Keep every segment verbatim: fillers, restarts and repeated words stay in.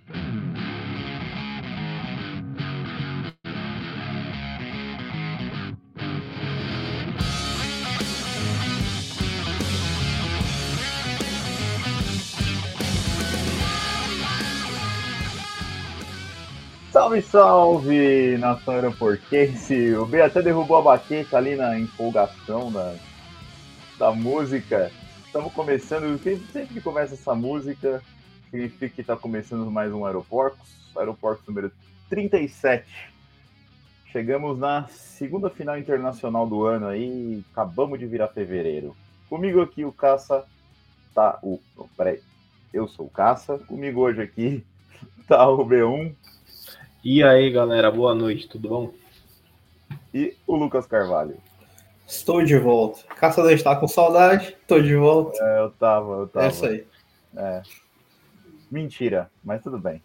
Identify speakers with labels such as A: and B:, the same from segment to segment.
A: Salve, salve, nação aeroportense! O B até derrubou a baqueta ali na empolgação da, da música. Estamos começando, sempre que começa essa música, significa que está começando mais um Aeroporcos, Aeroporcos número trinta e sete. Chegamos na segunda final internacional do ano aí, acabamos de virar fevereiro. Comigo aqui o Caça tá... O, oh, peraí, eu sou o Caça, comigo hoje aqui tá o B um.
B: E aí, galera, boa noite, tudo bom?
A: E o Lucas Carvalho.
C: Estou de volta. Caçador está com saudade, estou de volta.
A: É, eu tava, eu tava.
C: É isso aí.
A: É. Mentira, mas tudo bem.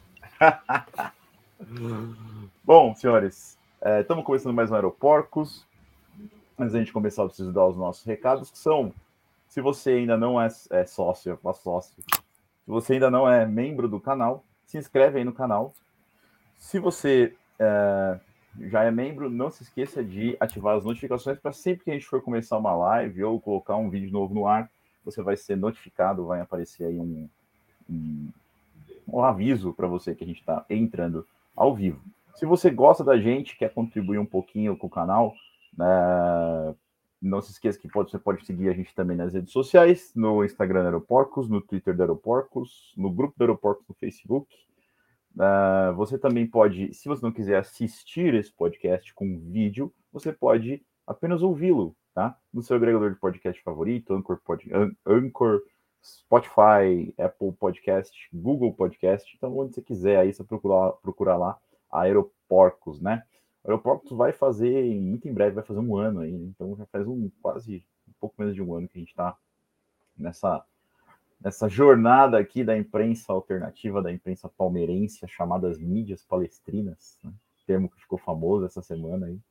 A: Bom, senhores, estamos é, começando mais um Aeroporcos. Antes da gente começar, eu preciso dar os nossos recados, que são, se você ainda não é, é sócio, é sócio, se você ainda não é membro do canal, se inscreve aí no canal. Se você é, já é membro, não se esqueça de ativar as notificações para sempre que a gente for começar uma live ou colocar um vídeo novo no ar, você vai ser notificado, vai aparecer aí um, um, um aviso para você que a gente está entrando ao vivo. Se você gosta da gente, quer contribuir um pouquinho com o canal, né, não se esqueça que pode, você pode seguir a gente também nas redes sociais, no Instagram do Aeroporcos, no Twitter do Aeroporcos, no grupo do Aeroporcos no Facebook. Uh, você também pode, se você não quiser assistir esse podcast com vídeo, você pode apenas ouvi-lo, tá? No seu agregador de podcast favorito, Anchor, Pod, Anchor, Spotify, Apple Podcast, Google Podcast, então onde você quiser, aí você procurar, procurar lá Aeroporcos, né? Aeroporcos vai fazer, muito em breve, vai fazer um ano aí, né? Então já faz um quase, um pouco menos de um ano que a gente está nessa... nessa jornada aqui da imprensa alternativa, da imprensa palmeirense, chamadas mídias palestrinas, né? Termo que ficou famoso essa semana aí.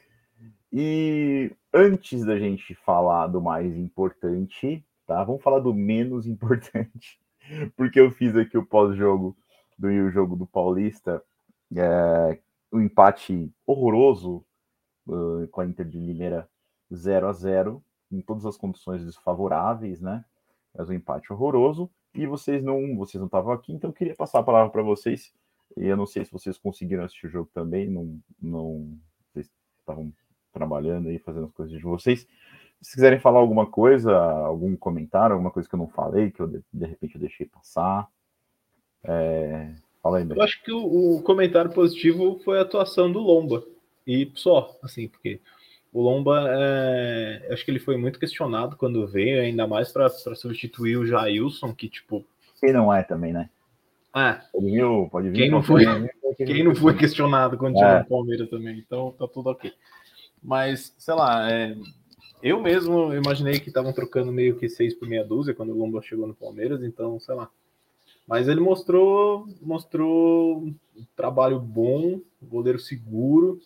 A: E antes da gente falar do mais importante, tá? Vamos falar do menos importante, porque eu fiz aqui o pós-jogo do jogo do Paulista, é, um empate horroroso uh, com a Inter de Limeira zero a zero, em todas as condições desfavoráveis, né? Mas um empate horroroso, e vocês não vocês não estavam aqui, então eu queria passar a palavra para vocês, e eu não sei se vocês conseguiram assistir o jogo também, não, não vocês estavam trabalhando aí, fazendo as coisas de vocês. Se quiserem falar alguma coisa, algum comentário, alguma coisa que eu não falei, que eu de, de repente eu deixei passar, é... fala aí,
B: Eu acho que o, o comentário positivo foi a atuação do Lomba, e só, assim, porque o Lomba, é, acho que ele foi muito questionado quando veio, ainda mais para substituir o Jailson, que tipo...
A: Quem não é também, né?
B: Ah,
A: pode vir, pode vir
B: quem, não foi,
A: um,
B: quem não foi questionado quando chegou no Palmeiras também, então tá tudo ok. Mas, sei lá, é, eu mesmo imaginei que estavam trocando meio que seis por meia dúzia quando o Lomba chegou no Palmeiras, então, sei lá. Mas ele mostrou, mostrou um trabalho bom, goleiro seguro,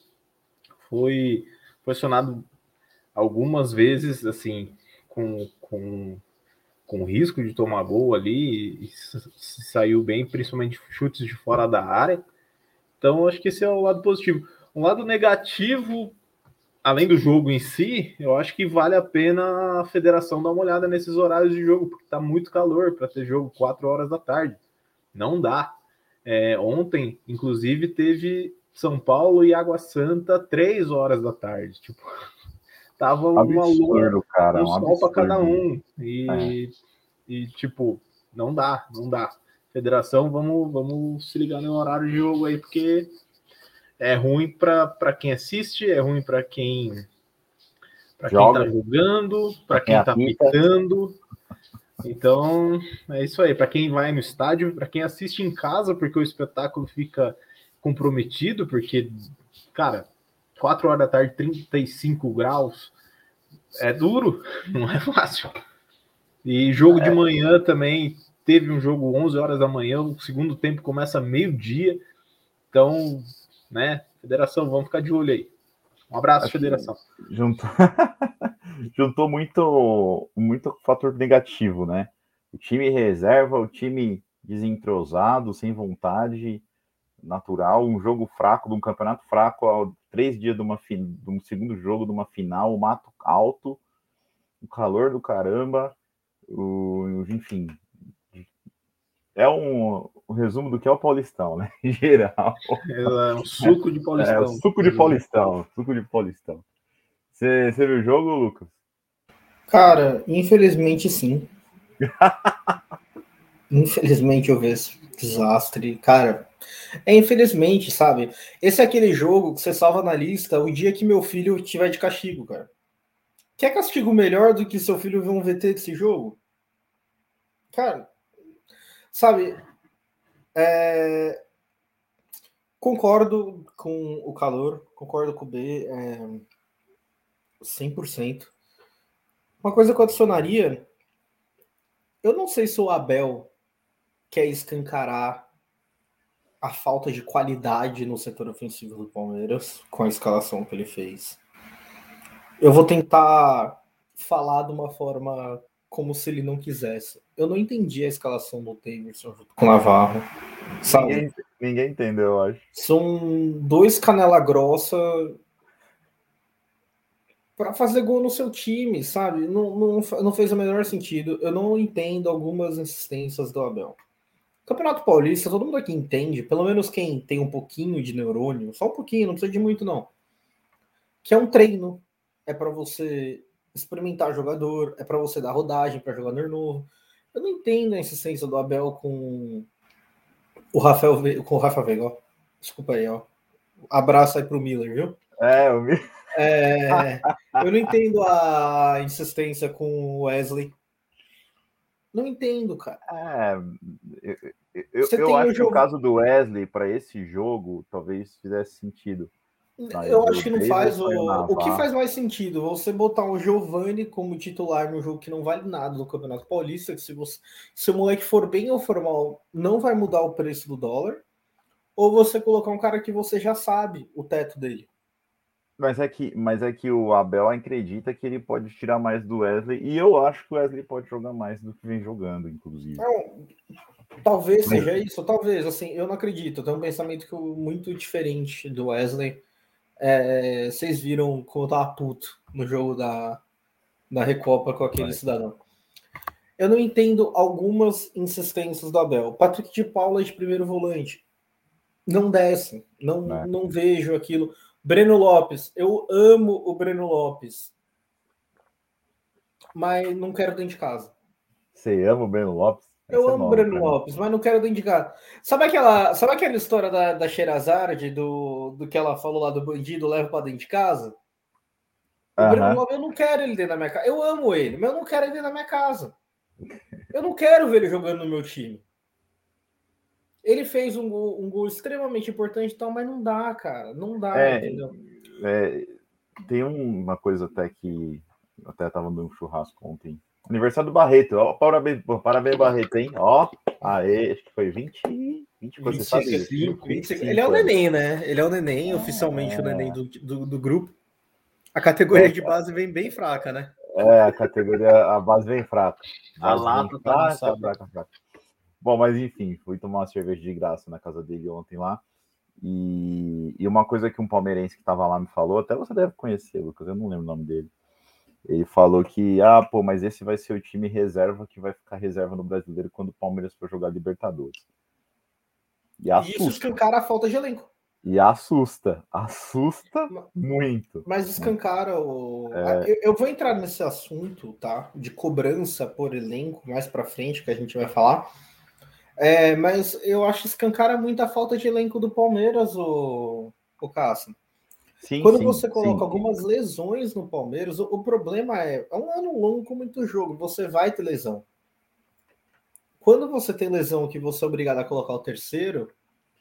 B: foi... foi acionado algumas vezes, assim, com, com, com risco de tomar gol ali, e se saiu bem, principalmente chutes de fora da área. Então, acho que esse é o lado positivo. Um lado negativo, além do jogo em si, eu acho que vale a pena a federação dar uma olhada nesses horários de jogo, porque tá muito calor para ter jogo quatro horas da tarde. Não dá. É, ontem, inclusive, teve São Paulo e Água Santa três horas da tarde. Tipo, tava uma lua,
A: cara,
B: um
A: um
B: sol para cada um. E, é. e, tipo, não dá, não dá. Federação, vamos, vamos se ligar no horário de jogo aí, porque é ruim para quem assiste, é ruim para quem para quem tá jogando, para quem tá pitando. Então, é isso aí. Para quem vai no estádio, para quem assiste em casa, porque o espetáculo fica comprometido, porque, cara, quatro horas da tarde, trinta e cinco graus, é duro, não é fácil. E jogo de manhã também, teve um jogo onze horas da manhã, o segundo tempo começa meio-dia. Então, né, federação, vamos ficar de olho aí. Um abraço, Acho federação.
A: Juntou, juntou muito, muito fator negativo, né? O time reserva, o time desentrosado, sem vontade, natural, um jogo fraco, de um campeonato fraco, ao três dias de, uma, de um segundo jogo, de uma final, o mato alto, o calor do caramba, o, enfim, é um, um resumo do que é o Paulistão, né? Em geral.
B: É um suco de Paulistão.
A: É, o suco de Paulistão, suco de Paulistão. Você viu o jogo, Lucas?
C: Cara, infelizmente sim. Infelizmente eu vi esse desastre. Cara, é infelizmente, sabe? Esse é aquele jogo que você salva na lista o dia que meu filho tiver de castigo, cara. Quer castigo melhor do que seu filho ver um V T desse jogo? Cara, sabe? É... Concordo com o calor, concordo com o B, é... cem por cento. Uma coisa que eu adicionaria, eu não sei se o Abel quer escancarar a falta de qualidade no setor ofensivo do Palmeiras com a escalação que ele fez. Eu vou tentar falar de uma forma como se ele não quisesse. Eu não entendi a escalação do Davidson junto com o Navarro. Sabe?
A: Ninguém, ninguém entendeu, eu acho.
C: São dois canela grossa para fazer gol no seu time, sabe? Não, não, não fez o menor sentido. Eu não entendo algumas insistências do Abel. Campeonato Paulista, todo mundo aqui entende, pelo menos quem tem um pouquinho de neurônio, só um pouquinho, não precisa de muito não, que é um treino, é para você experimentar jogador, é para você dar rodagem para jogador novo. Eu não entendo a insistência do Abel com o Rafael, com o Rafa Veiga, ó. Desculpa aí, ó. Abraço aí pro Miller, viu?
A: É, eu me...
C: É, eu não entendo a insistência com o Wesley. Não entendo, cara.
A: É, eu, eu, eu acho que jogo... o caso do Wesley para esse jogo talvez fizesse sentido.
C: Mas eu acho que não faz. O, o que faz mais sentido? Você botar o Giovani como titular no jogo que não vale nada no Campeonato Paulista, que se, você, se o moleque for bem ou for mal, não vai mudar o preço do dólar. Ou você colocar um cara que você já sabe o teto dele.
A: Mas é que, mas é que o Abel acredita que ele pode tirar mais do Wesley, e eu acho que o Wesley pode jogar mais do que vem jogando, inclusive.
C: Não, talvez mas... seja isso, talvez. Assim, eu não acredito. Eu tenho um pensamento que eu, muito diferente do Wesley. É, vocês viram como eu tava puto no jogo da, da Recopa com aquele Vai. cidadão. Eu não entendo algumas insistências do Abel. Patrick de Paula de primeiro volante. Não desce. Não, é. não vejo aquilo. Breno Lopes. Eu amo o Breno Lopes. Mas não quero dentro de casa.
A: Você ama o Breno Lopes?
C: Eu Essa amo o Breno Lopes, mas não quero dentro de casa. Sabe aquela, sabe aquela história da, da Sherazade, do, do que ela falou lá do bandido, leva pra dentro de casa? O uh-huh. Breno Lopes, eu não quero ele dentro da minha casa. Eu amo ele, mas eu não quero ele dentro da minha casa. Eu não quero ver ele jogando no meu time. Ele fez um gol, um gol extremamente importante, então, mas não dá, cara. Não dá,
A: é,
C: entendeu?
A: É, tem uma coisa até que eu até tava dando um churrasco ontem. Aniversário do Barreto. Ó, parabéns, parabéns, Barreto, hein? Ó, aê, acho que foi vinte, vinte, você sabe?
C: vinte e cinco, vinte e cinco. Ele é o neném, né? Ele é o neném, é, oficialmente o neném do, do, do grupo. A categoria é, de base vem bem fraca, né?
A: É, a categoria, a base vem fraca.
B: A lata tá fraca,
A: fraca, fraca. Bom, mas enfim, fui tomar uma cerveja de graça na casa dele ontem lá. E, e uma coisa que um palmeirense que estava lá me falou, até você deve conhecer, Lucas, eu não lembro o nome dele. Ele falou que, ah, pô, mas esse vai ser o time reserva que vai ficar reserva no Brasileiro quando o Palmeiras for jogar Libertadores.
C: E assusta. Isso escancara a falta de elenco.
A: E assusta, assusta mas, muito.
C: Mas escancara o... É... Eu, eu vou entrar nesse assunto, tá? De cobrança por elenco mais para frente, que a gente vai falar. É, mas eu acho que escancara muito a falta de elenco do Palmeiras, o, o Cássio. Sim, Quando sim, você coloca sim. algumas lesões no Palmeiras, o, o problema é, é um ano longo com muito jogo, você vai ter lesão. Quando você tem lesão que você é obrigado a colocar o terceiro,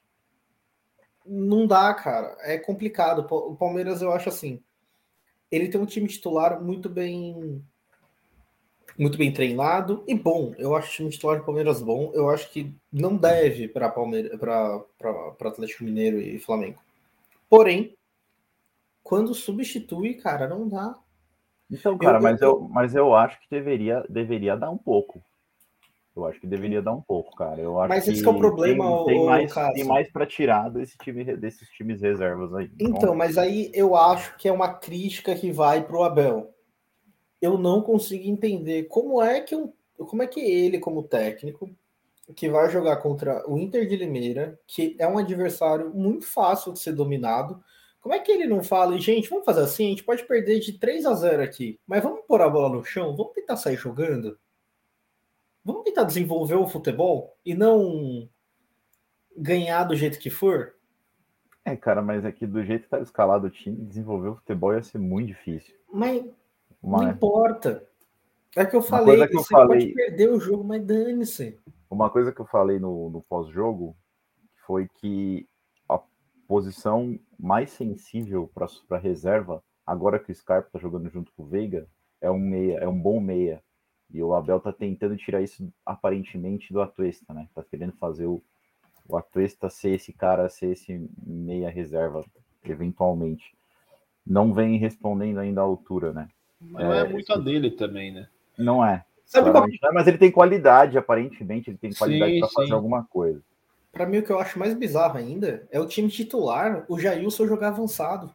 C: não dá, cara. É complicado. O Palmeiras, eu acho assim, ele tem um time titular muito bem muito bem treinado e bom. Eu acho o time titular do Palmeiras bom. Eu acho que não deve para Palmeiras, para Atlético Mineiro e Flamengo. Porém, quando substitui, cara, não dá.
A: Então, cara, eu, mas, eu, eu, mas eu acho que deveria, deveria dar um pouco. Eu acho que deveria dar um pouco, cara. Eu acho
C: Mas
A: que
C: esse que é o problema,
A: tem,
C: ô,
A: tem
C: ô,
A: mais,
C: Cássio.
A: tem mais para tirar desse time, desses times reservas aí.
C: Então, mas aí eu acho que é uma crítica que vai pro Abel. Eu não consigo entender como é que um, como é que ele, como técnico, que vai jogar contra o Inter de Limeira, que é um adversário muito fácil de ser dominado, como é que ele não fala, gente, vamos fazer assim, a gente pode perder de três a zero aqui, mas vamos pôr a bola no chão, vamos tentar sair jogando? Vamos tentar desenvolver o futebol e não ganhar do jeito que for?
A: É, cara, mas aqui do jeito que tá escalado o time, desenvolver o futebol ia ser muito difícil.
C: Mas não
A: Uma,
C: importa. É que eu
A: uma
C: falei,
A: coisa que eu
C: você pode
A: falei,
C: perder o jogo, mas dane-se.
A: uma coisa que eu falei no, no pós-jogo foi que a posição mais sensível para a reserva, agora que o Scarpa tá jogando junto com o Veiga, é um meia, é um bom meia. E o Abel tá tentando tirar isso aparentemente do Atuesta, né? Tá querendo fazer o, o Atuesta ser esse cara, ser esse meia reserva, eventualmente. Não vem respondendo ainda à altura, né?
B: Mas não é, é muito a dele também, né?
A: Não é.
C: Sabe qual...
A: Claramente não é, mas ele tem qualidade, aparentemente, ele tem qualidade para fazer alguma coisa.
C: Para mim, o que eu acho mais bizarro ainda é o time titular, o Jailson jogar avançado.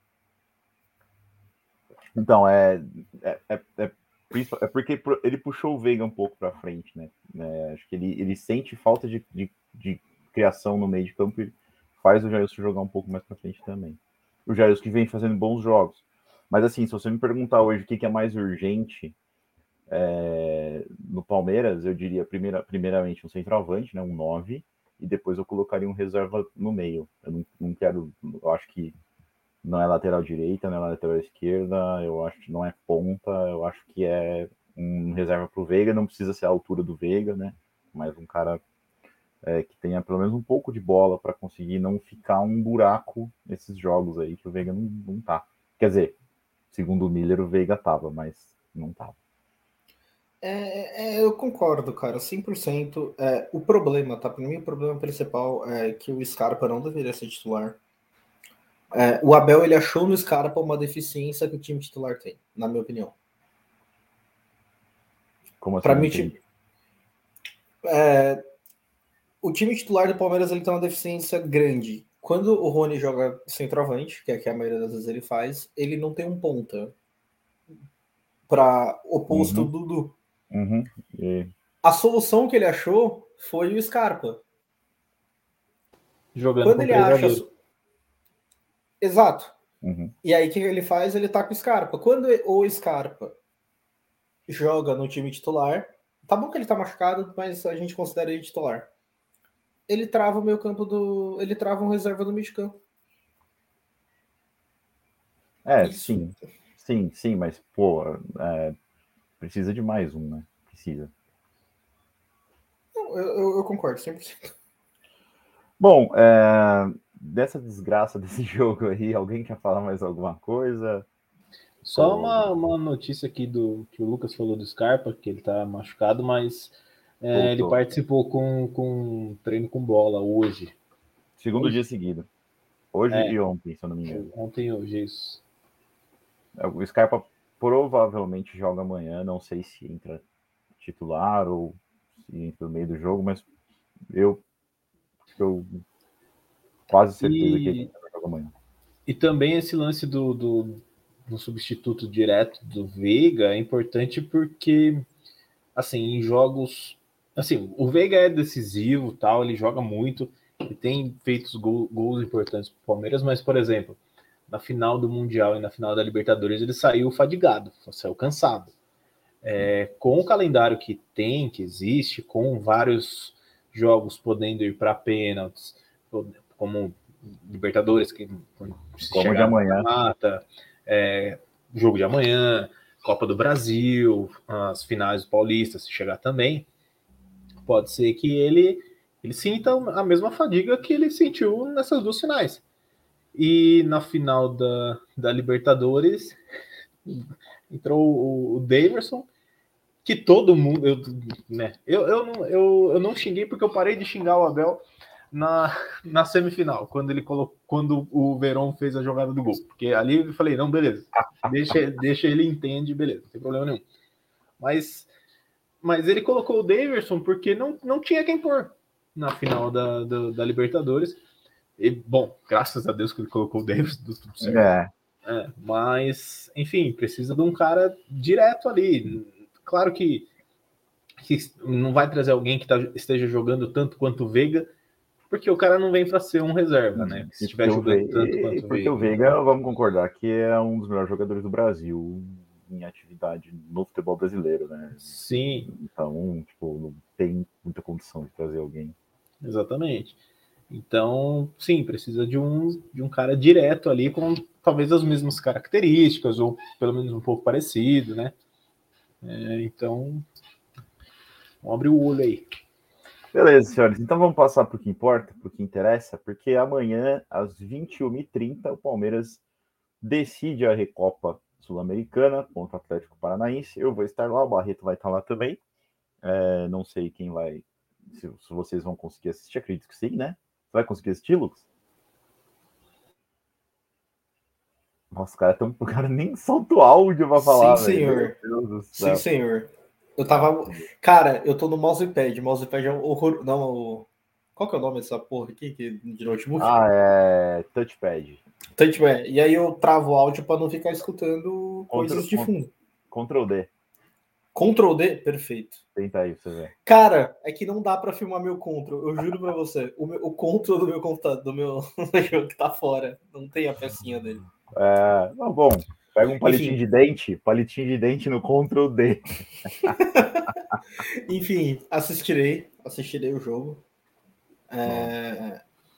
A: Então, é, é, é, é, é porque ele puxou o Veiga um pouco para frente, né? É, acho que ele, ele sente falta de, de, de criação no meio de campo e faz o Jailson jogar um pouco mais para frente também. O Jailson que vem fazendo bons jogos. Mas assim, se você me perguntar hoje o que, que é mais urgente é, no Palmeiras, eu diria primeira, primeiramente um centroavante, né, um nove, e depois eu colocaria um reserva no meio. Eu não, não quero, eu acho que não é lateral direita, não é lateral esquerda, eu acho que não é ponta, eu acho que é um reserva para o Veiga, não precisa ser a altura do Veiga, né? Mas um cara é, que tenha pelo menos um pouco de bola para conseguir não ficar um buraco nesses jogos aí que o Veiga não, não tá. Quer dizer, segundo o Miller, o Veiga tava, mas não tava.
C: É, é, eu concordo, cara, cem por cento. É, o problema, tá? Para mim, o problema principal é que o Scarpa não deveria ser titular. É, o Abel, ele achou no Scarpa uma deficiência que o time titular tem, na minha opinião.
A: Como assim?
C: Para mim, time, é, o time titular do Palmeiras ele tem uma deficiência grande. Quando o Rony joga centroavante, que é que a maioria das vezes ele faz, ele não tem um ponta para oposto
A: uhum.
C: do Dudu.
A: Uhum. E...
C: A solução que ele achou foi o Scarpa.
B: Jogando
C: Quando
B: com
C: ele
B: três
C: acha.
B: zagueiros.
C: Exato.
A: Uhum.
C: E aí o que ele faz? Ele tá com o Scarpa. Quando o Scarpa joga no time titular, tá bom que ele tá machucado, mas a gente considera ele titular. Ele trava o meio campo do. Ele trava um reserva do meio de campo.
A: É,
C: Isso.
A: sim. Sim, sim, mas, pô, é, precisa de mais um, né? Precisa.
C: Não, eu, eu, eu concordo, cem por cento.
A: Bom, é, dessa desgraça desse jogo aí, alguém quer falar mais alguma coisa?
B: Só uma, uma notícia aqui do que o Lucas falou do Scarpa, que ele tá machucado, mas é, ele participou com, com treino com bola hoje.
A: Segundo
B: hoje?
A: dia seguido. Hoje
B: é,
A: e ontem, se eu não me engano.
B: Ontem e hoje, isso.
A: O Scarpa provavelmente joga amanhã, não sei se entra titular ou se entra no meio do jogo, mas eu eu quase certeza
B: e,
A: que ele joga amanhã.
B: E também esse lance do, do, do substituto direto do Veiga é importante porque, assim, em jogos... Assim, o Veiga é decisivo, tal, ele joga muito, ele tem feito gol, gols importantes para o Palmeiras, mas, por exemplo, na final do Mundial e na final da Libertadores ele saiu fadigado, saiu cansado. É, com o calendário que tem, que existe, com vários jogos podendo ir para pênaltis, como Libertadores, que
A: como de amanhã,
B: mata, é, jogo de amanhã, Copa do Brasil, as finais do Paulista, se chegar também, pode ser que ele, ele sinta a mesma fadiga que ele sentiu nessas duas finais. E na final da, da Libertadores entrou o, o Daverson, que todo mundo, eu, né, eu, eu, não, eu, eu não xinguei porque eu parei de xingar o Abel na, na semifinal, quando ele colocou, quando o Verón fez a jogada do gol, porque ali eu falei, não, beleza, deixa, deixa ele entende, beleza, não tem problema nenhum. Mas mas ele colocou o Daverson porque não, não tinha quem pôr na final da, da, da Libertadores. E, bom, graças a Deus que ele colocou o Daverson, deu tudo certo.
A: É.
B: É, mas, enfim, precisa de um cara direto ali. Claro que, que não vai trazer alguém que tá, esteja jogando tanto quanto o Veiga, porque o cara não vem para ser um reserva, né? Se estiver jogando
A: Veiga,
B: tanto quanto o
A: porque
B: Veiga.
A: o Veiga, vamos concordar, que é um dos melhores jogadores do Brasil em atividade no futebol brasileiro, né?
B: Sim.
A: Então, tipo, não tem muita condição de trazer alguém.
B: Exatamente. Então, sim, precisa de um, de um cara direto ali com talvez as mesmas características, ou pelo menos um pouco parecido, né? É, então, vamos abrir o olho aí.
A: Beleza, senhores. Então vamos passar para o que importa, para o que interessa, porque amanhã, às vinte e uma e trinta, o Palmeiras decide a Recopa Sul-Americana contra o Atlético Paranaense. Eu vou estar lá, o Barreto vai estar lá também. É, não sei quem vai, se, se vocês vão conseguir assistir, acredito que sim, né? Você vai conseguir assistir, Lucas? Nossa, cara, tão, o cara nem solta o áudio pra falar,
C: Sim,
A: velho.
C: senhor.
A: Meu Deus do céu.
C: Sim, senhor. Eu tava. Cara, eu tô no mousepad. Mousepad é um horror. Não, o... Qual que é o nome dessa porra aqui que... de notebook?
A: Ah, é. Touchpad.
C: Touchpad. E aí eu travo o áudio pra não ficar escutando coisas de fundo.
A: Ctrl D.
C: Ctrl D? Perfeito.
A: Tenta aí pra você ver.
C: Cara, é que não dá pra filmar meu Ctrl. Eu juro pra você. O, meu, o Ctrl do meu computador, do meu jogo que tá fora. Não tem a pecinha dele.
A: É. Não, bom. Pega um palitinho Enfim. de dente, palitinho de dente no Ctrl D.
C: Enfim, assistirei. Assistirei o jogo. É...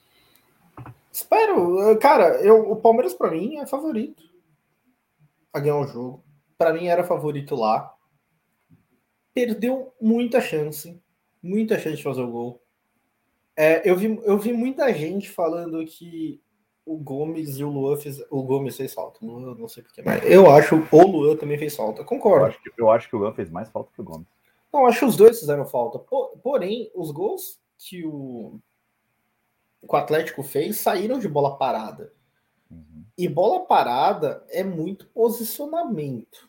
C: Espero. Cara, eu, o Palmeiras pra mim é favorito a ganhar o jogo. Pra mim era favorito lá. Perdeu muita chance. Muita chance de fazer o gol. É, eu, vi, eu vi muita gente falando que o Gomes e o Luan fez. O Gomes fez falta. O Luan, não sei porquê. Mas eu acho que o Luan também fez falta. Concordo.
A: Eu acho, que, eu acho que o Luan fez mais falta que o Gomes.
C: Não, acho que os dois fizeram falta. Porém, os gols que o, que o Atlético fez saíram de bola parada. Uhum. E bola parada é muito posicionamento.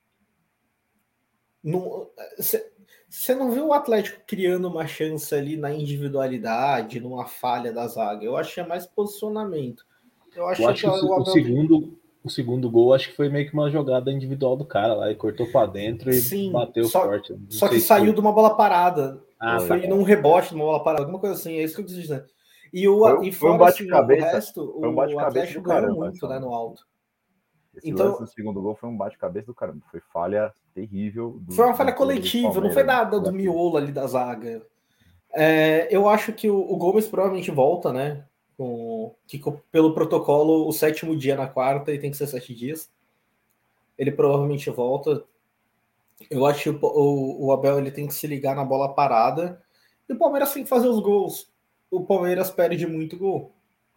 C: Você não vê o Atlético criando uma chance ali na individualidade, numa falha da zaga. Eu acho que é mais posicionamento.
B: Eu acho, eu acho que, que o, o, segundo, o segundo gol acho que foi meio que uma jogada individual do cara lá. Ele cortou para dentro e Sim, bateu
C: só,
B: forte. Não
C: só que saiu foi. de uma bola parada. Ah, foi tá. num rebote de uma bola parada, alguma coisa assim. É isso que eu quis dizer. E, o,
A: foi,
C: e fora
A: um
C: assim, o resto,
A: foi um
C: o Atlético ganhou caramba, muito né, no alto.
A: Esse então, lance do segundo gol foi um bate-cabeça do caramba. Foi falha terrível. Do,
C: foi uma falha coletiva, não foi nada do miolo ali da zaga. É, eu acho que o, o Gomes provavelmente volta, né? Com, que pelo protocolo, o sétimo dia na quarta e tem que ser sete dias. Ele provavelmente volta. Eu acho que o, o, o Abel ele tem que se ligar na bola parada. E o Palmeiras tem que fazer os gols. O Palmeiras perde muito gol.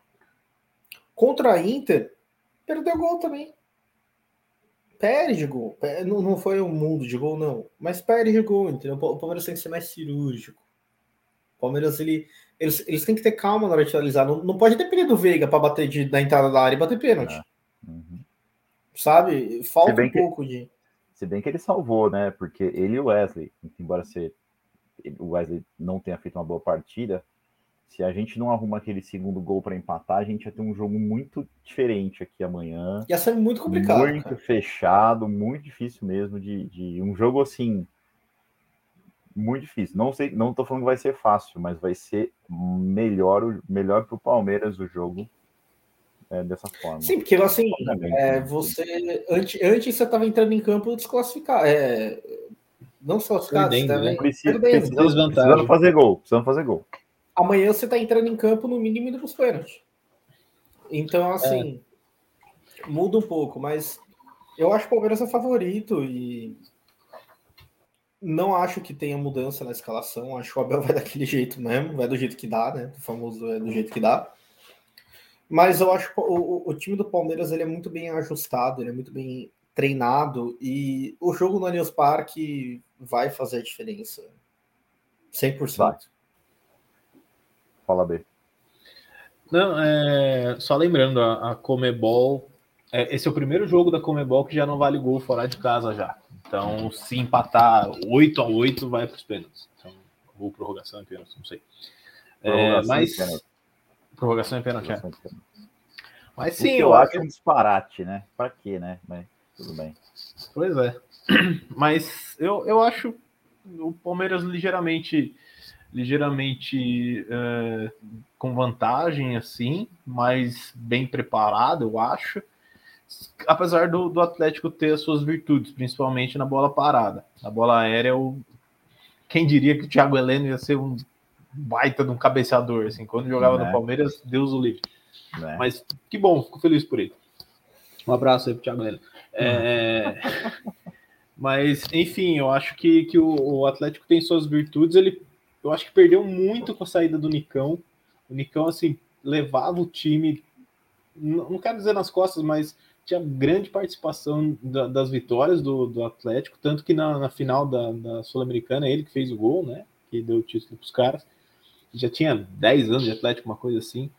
C: Contra a Inter, perdeu gol também. Perde gol. Não, não foi um mundo de gol, não. Mas perde gol, entendeu? O Palmeiras tem que ser mais cirúrgico. O Palmeiras, ele, eles, eles têm que ter calma na hora de finalizar. Não, não pode depender do Veiga para bater de, na entrada da área e bater pênalti. É. Uhum. Sabe? Falta um pouco
A: que,
C: de...
A: Se bem que ele salvou, né? Porque ele e o Wesley, embora ser, o Wesley não tenha feito uma boa partida, se a gente não arruma aquele segundo gol para empatar, a gente ia ter um jogo muito diferente aqui amanhã.
C: Ia ser muito complicado.
A: Muito
C: cara.
A: fechado, muito difícil mesmo de, de um jogo assim... Muito difícil. Não sei, não tô falando que vai ser fácil, mas vai ser melhor, melhor para o Palmeiras o jogo é, dessa forma.
C: Sim, porque assim, é, você antes, antes você estava entrando em campo desclassificar, é, não só os casos,
B: Perdendo,
C: né?
A: Precisa, precisando, precisando fazer gol, precisando fazer gol.
C: Amanhã você está entrando em campo no mínimo indo pros pênaltis. Então, assim, é. muda um pouco, mas eu acho que o Palmeiras é favorito e não acho que tenha mudança na escalação. Acho que o Abel vai daquele jeito mesmo, vai do jeito que dá, né? O famoso é do jeito que dá. Mas eu acho que o, o time do Palmeiras ele é muito bem ajustado, ele é muito bem treinado e o jogo no Allianz Parque vai fazer a diferença. cem por cento. Vai.
A: Fala, B.
B: Não, é... só lembrando, a, a Comebol... É, esse é o primeiro jogo da Comebol que já não vale gol fora de casa já. Então, se empatar oito a oito, vai para os pênaltis. Então, ou prorrogação e pênalti, não sei. É, mas... Prorrogação e pênalti, é. Mas sim,
A: o que eu, eu acho um disparate, né? Para quê, né? Mas tudo bem.
B: Pois é. Mas eu, eu acho o Palmeiras ligeiramente, ligeiramente é, com vantagem, assim, mas bem preparado, eu acho. Apesar do, do Atlético ter as suas virtudes, principalmente na bola parada. Na bola aérea, eu... quem diria que o Thiago Heleno ia ser um baita de um cabeceador, assim, quando jogava né? no Palmeiras, Deus o livre. Né? Mas que bom, fico feliz por ele. Um abraço aí pro Thiago Heleno. É... Mas, enfim, eu acho que, que o, o Atlético tem suas virtudes. Ele, eu acho que perdeu muito com a saída do Nicão. O Nicão, assim, levava o time, não, não quero dizer nas costas, mas tinha grande participação da, das vitórias do, do Atlético. Tanto que na, na final da, da Sul-Americana, ele que fez o gol, né? Que deu o título pros caras. Já tinha dez anos de Atlético, uma coisa assim.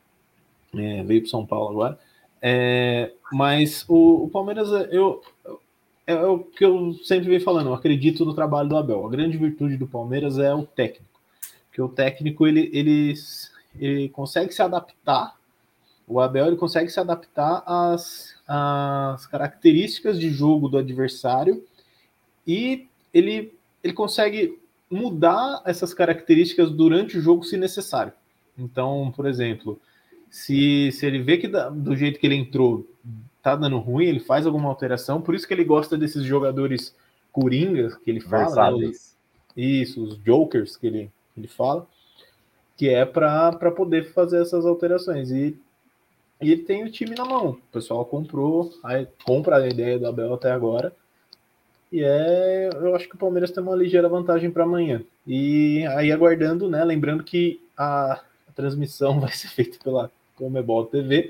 B: É, veio pro São Paulo agora. É, mas o, o Palmeiras, eu... É o que eu sempre venho falando, eu acredito no trabalho do Abel. A grande virtude do Palmeiras é o técnico. Porque o técnico, ele, ele, ele consegue se adaptar, o Abel ele consegue se adaptar às, às características de jogo do adversário e ele, ele consegue mudar essas características durante o jogo se necessário. Então, por exemplo, se, se ele vê que da, do jeito que ele entrou tá dando ruim, ele faz alguma alteração, por isso que ele gosta desses jogadores coringas que ele fala, né? Os, isso, os jokers que ele, ele fala, que é para poder fazer essas alterações. E, e ele tem o time na mão. O pessoal comprou, aí compra a ideia do Abel até agora. E é, eu acho que o Palmeiras tem uma ligeira vantagem para amanhã. E aí aguardando, né? Lembrando que a, a transmissão vai ser feita pela Comebol T V.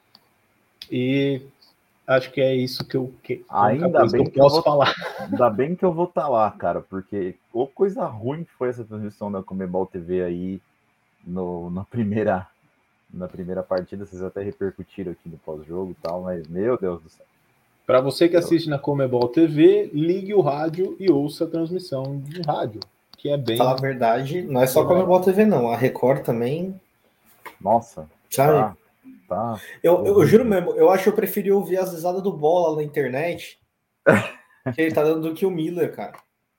B: E acho que é isso que eu, que,
A: ainda bem
B: que eu posso
A: que eu vou,
B: falar.
A: Ainda bem que eu vou estar tá lá, cara, porque ou coisa ruim que foi essa transmissão da Comebol T V aí no, na, primeira, na primeira partida, vocês até repercutiram aqui no pós-jogo e tal, mas meu Deus do céu.
B: Para você que assiste na Comebol T V, ligue o rádio e ouça a transmissão de rádio, que é bem...
C: Falar a verdade, não é só a Comebol T V não, a Record também...
A: Nossa,
C: sabe?
A: Tá. Tá.
C: Eu, eu juro mesmo, eu acho que eu preferi ouvir as risadas do Bola na internet que ele tá dando do que o Miller, cara.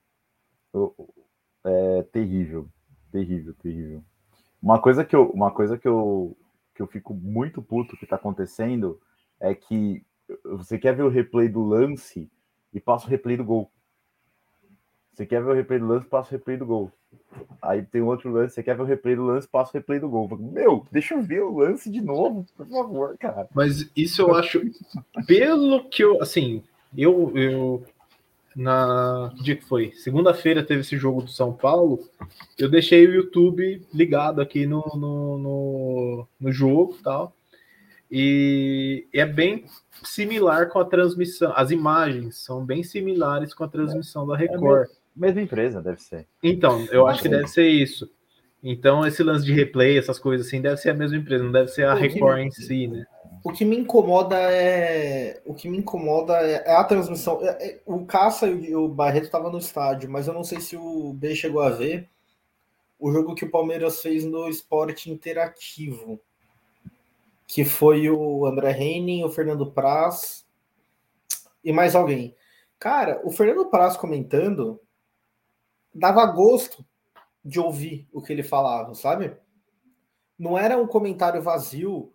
A: É terrível, terrível, terrível. Uma coisa que eu, uma coisa que eu, que eu fico muito puto que tá acontecendo é que você quer ver o replay do lance e passa o replay do gol. Você quer ver o replay do lance, passa o replay do gol. Aí tem outro lance, você quer ver o replay do lance, passa o replay do gol. Meu, deixa eu ver o lance de novo, por favor, cara.
B: Mas isso eu acho, pelo que eu, assim, eu, eu na, que dia que foi? Segunda-feira teve esse jogo do São Paulo, eu deixei o YouTube ligado aqui no, no, no, no jogo e tal, e é bem similar com a transmissão, as imagens são bem similares com a transmissão da Record.
A: É mesma empresa, deve ser.
B: Então, eu acho que deve ser isso. Então, esse lance de replay, essas coisas assim, deve ser a mesma empresa, não deve ser a Record em si, né?
C: O que me incomoda é. O que me incomoda é a transmissão. O Caça e o Barreto estavam no estádio, mas eu não sei se o B chegou a ver o jogo que o Palmeiras fez no Esporte Interativo. Que foi o André Henning, o Fernando Praz e mais alguém. Cara, o Fernando Praz comentando dava gosto de ouvir o que ele falava, sabe? Não era um comentário vazio.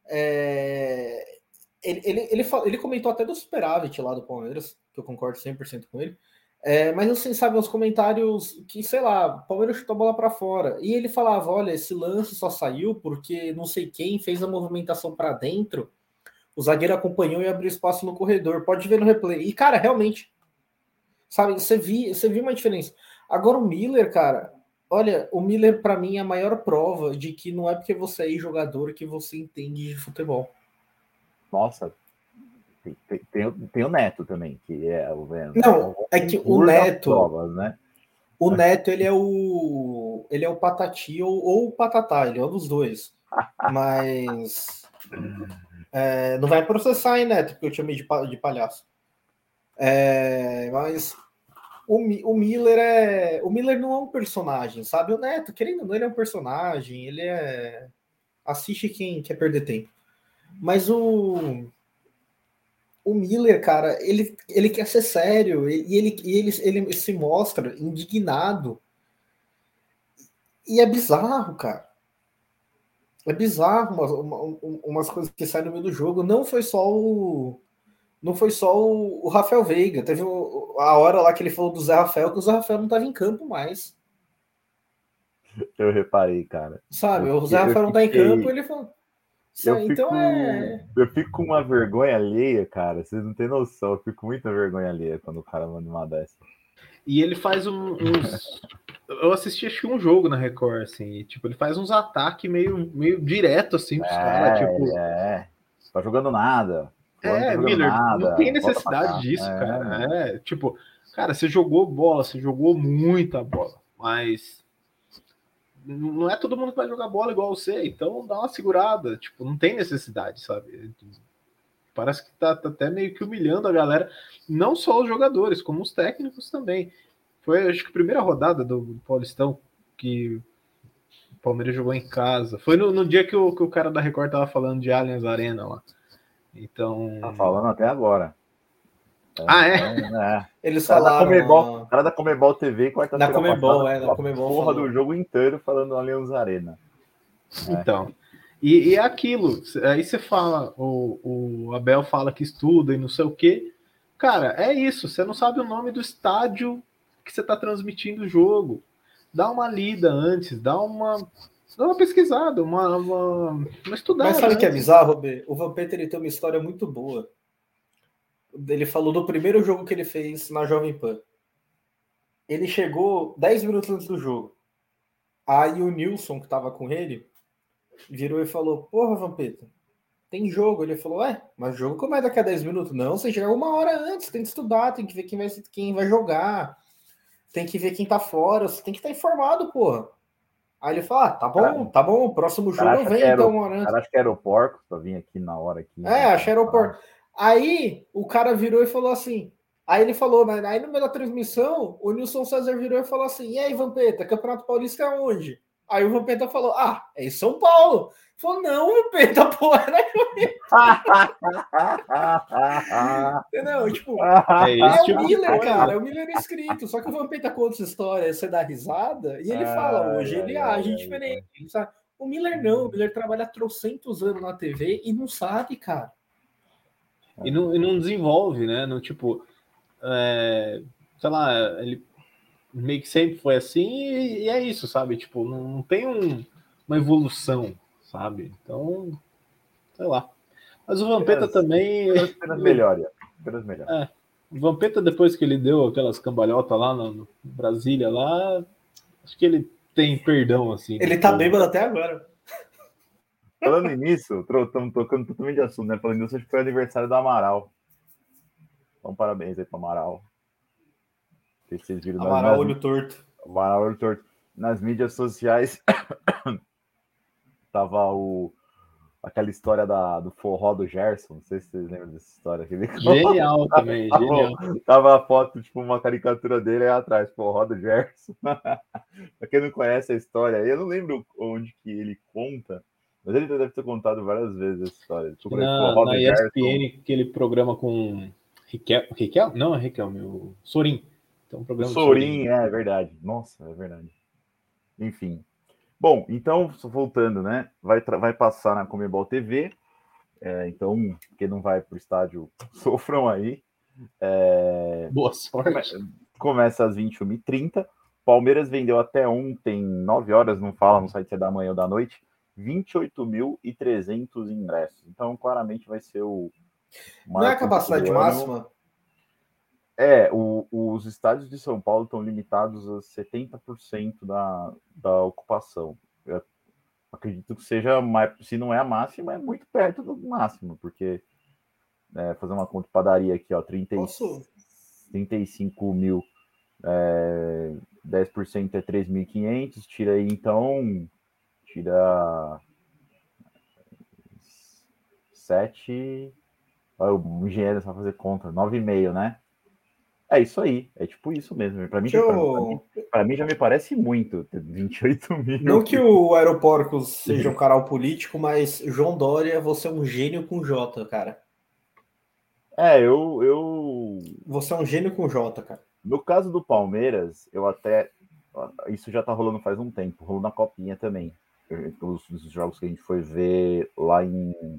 C: É... Ele, ele, ele, ele comentou até do superávit lá do Palmeiras, que eu concordo cem por cento com ele. É, mas assim, sabe, uns comentários que, sei lá, o Palmeiras chutou a bola para fora. E ele falava, olha, esse lance só saiu porque não sei quem fez a movimentação para dentro, o zagueiro acompanhou e abriu espaço no corredor. Pode ver no replay. E, cara, realmente, sabe, você viu você viu uma diferença. Agora o Miller, cara, olha, o Miller para mim é a maior prova de que não é porque você é jogador que você entende de futebol.
A: Nossa, tem, tem, tem, tem o Neto também, que é o...
C: Não, é que o Neto...
A: Provas, né?
C: O Neto, ele é o... Ele é o Patati ou, ou o Patatá, ele é um dos dois. Mas... É, não vai processar, hein, Neto, porque eu te chamei de, de palhaço. É, mas o, o Miller é. O Miller não é um personagem, sabe? O Neto, querendo ou não, ele é um personagem, ele é. Assiste quem quer perder tempo. Mas o. O Miller, cara, ele, ele quer ser sério e ele, e ele, ele se mostra indignado. E é bizarro, cara. É bizarro umas, uma, umas coisas que saem no meio do jogo. Não foi só o. Não foi só o, o Rafael Veiga. Teve o, a hora lá que ele falou do Zé Rafael, que o Zé Rafael não estava em campo mais.
A: Eu reparei, cara.
C: Sabe?
A: Eu,
C: O Zé
A: eu
C: Rafael não tá em
A: fiquei.
C: campo, ele falou.
A: Eu
C: Então
A: fico.
C: é.
A: Eu fico com uma vergonha alheia, cara. Vocês não têm noção. Eu fico com muita vergonha alheia quando o cara manda uma dessa.
B: E ele faz um, uns. Eu assisti acho que um jogo na Record, assim, e, tipo, ele faz uns ataques meio, meio direto, assim, pros
A: É,
B: caras, tipo.
A: é. Tá jogando nada. Fulano tá
B: É,
A: jogando
B: Miller, não tem
A: nada. Volta pra
B: necessidade
A: cá.
B: disso,
A: É, mano.
B: cara. É, tipo, cara, você jogou bola, você jogou muita bola, mas não é todo mundo que vai jogar bola igual você, então dá uma segurada, tipo, não tem necessidade, sabe? Parece que tá, tá até meio que humilhando a galera, não só os jogadores, como os técnicos também. Foi, acho que a primeira rodada do Paulistão que o Palmeiras jogou em casa. Foi no, no dia que o, que o cara da Record tava falando de Allianz Arena lá. Então.
A: Tá falando até agora. É,
B: Ah, é?
A: então, é.
C: Eles
A: O cara da
C: falaram.
A: Comebol,
C: Uh,
A: cara da Comebol T V,
C: na
A: quarta-feira
C: Comebol,
A: passada,
C: é, na
A: a
C: Comebol
A: porra
C: falou.
A: do jogo inteiro falando Allianz Arena.
B: É. Então. E, e é aquilo. Aí você fala, o, o Abel fala que estuda e não sei o quê. Cara, é isso. Você não sabe o nome do estádio que você está transmitindo o jogo. Dá uma lida antes, dá uma, dá uma pesquisada, uma, uma, uma estudada.
C: Mas sabe o que é
B: antes.
C: bizarro, Robê? O Vampeta ele tem uma história muito boa. Ele falou do primeiro jogo que ele fez na Jovem Pan. Ele chegou dez minutos antes do jogo. Aí o Nilson, que tava com ele, virou e falou: Porra, Vampeta, tem jogo. Ele falou: É, mas o jogo como é daqui a dez minutos? Não, você chega uma hora antes, tem que estudar, tem que ver quem vai, quem vai jogar, tem que ver quem tá fora, você tem que estar informado, porra. Aí ele falou: Ah, tá bom, tá bom, próximo jogo eu venho então uma hora antes.
A: Cara, acho que era o porco pra vir aqui na hora. Aqui,
C: É, acho que era o porco. Aí o cara virou e falou assim. Aí ele falou, né? Aí no meio da transmissão, o Nilson César virou e falou assim: E aí, Vampeta, Campeonato Paulista é onde? Aí o Vampeta falou: Ah, é em São Paulo. Ele falou: Não, Vampeta, porra, era Entendeu? Tipo,
B: É, esse
C: é
B: tipo
C: o Miller,
B: de
C: cara, é o Miller escrito. Só que o Vampeta conta essa história, você dá risada, e ele fala: Hoje
A: ai,
C: ele
A: ai,
C: age
A: ai,
C: diferente.
A: ai.
C: Ele sabe? O Miller não, o Miller trabalha há trocentos anos na T V e não sabe, cara.
B: E não, e não desenvolve, né? Não, tipo, é, sei lá, ele meio que sempre foi assim e, e é isso, sabe? Tipo, não, não tem um, uma evolução, sabe? Então, sei lá. Mas o Vampeta
A: Apenas,
B: também.
A: apenas, apenas melhor. Apenas melhor.
B: É, o Vampeta, depois que ele deu aquelas cambalhotas lá no, no Brasília, lá, acho que ele tem perdão, assim.
C: Ele tá bêbado até agora.
A: Falando nisso, estamos tocando totalmente de assunto, né? Falando nisso, acho que foi aniversário do Amaral. Então, parabéns aí pro Amaral. Que vocês viram nas,
C: Amaral,
A: nas,
C: olho torto.
A: Amaral, olho torto. Nas mídias sociais, tava o, aquela história da, do forró do Gerson. Não sei se vocês lembram dessa história. Que ele
B: Genial também,
A: tava,
B: genial.
A: Tava a foto, tipo, uma caricatura dele aí atrás, forró do Gerson. Pra quem não conhece a história, eu não lembro onde que ele conta, mas ele deve ter contado várias vezes essa história.
B: Na, na E S P N, aquele programa com Riquel, Riquel? Não, é Riquel, meu. Sorin. Então, um programa
A: o Sorin, Sorin, é verdade. Nossa, é verdade. Enfim. Bom, então, voltando, né? Vai, vai passar na Comebol T V. É, então, quem não vai para o estádio, sofram aí. É...
B: Boa sorte.
A: Come... Começa às vinte e uma e trinta. Palmeiras vendeu até ontem, nove horas, não fala no site se é da manhã ou da noite, vinte e oito mil e trezentos ingressos. Então, claramente vai ser o
C: Não é a capacidade máxima?
A: É, o, os estádios de São Paulo estão limitados a setenta por cento da, da ocupação. Eu acredito que seja, mais, se não é a máxima, é muito perto do máximo, porque, é, fazer uma conta de padaria aqui, ó, trinta, trinta e cinco mil, é, dez por cento é três mil e quinhentos, tira aí, então, tira sete, o engenheiro vai fazer conta, nove vírgula cinco, né? É isso aí, é tipo isso mesmo. Para mim,
C: Que
A: já- pra,
C: eu-
A: pra mim, pra mim já me parece muito, ter vinte e oito mil.
C: Não que o Aeroporcos seja um canal político, mas João Dória, você é um gênio com J, cara.
A: É, eu, eu.
C: Você é um gênio com J, cara.
A: No caso do Palmeiras, eu até. Isso já tá rolando faz um tempo, rolou na Copinha também. Os, os jogos que a gente foi ver lá em,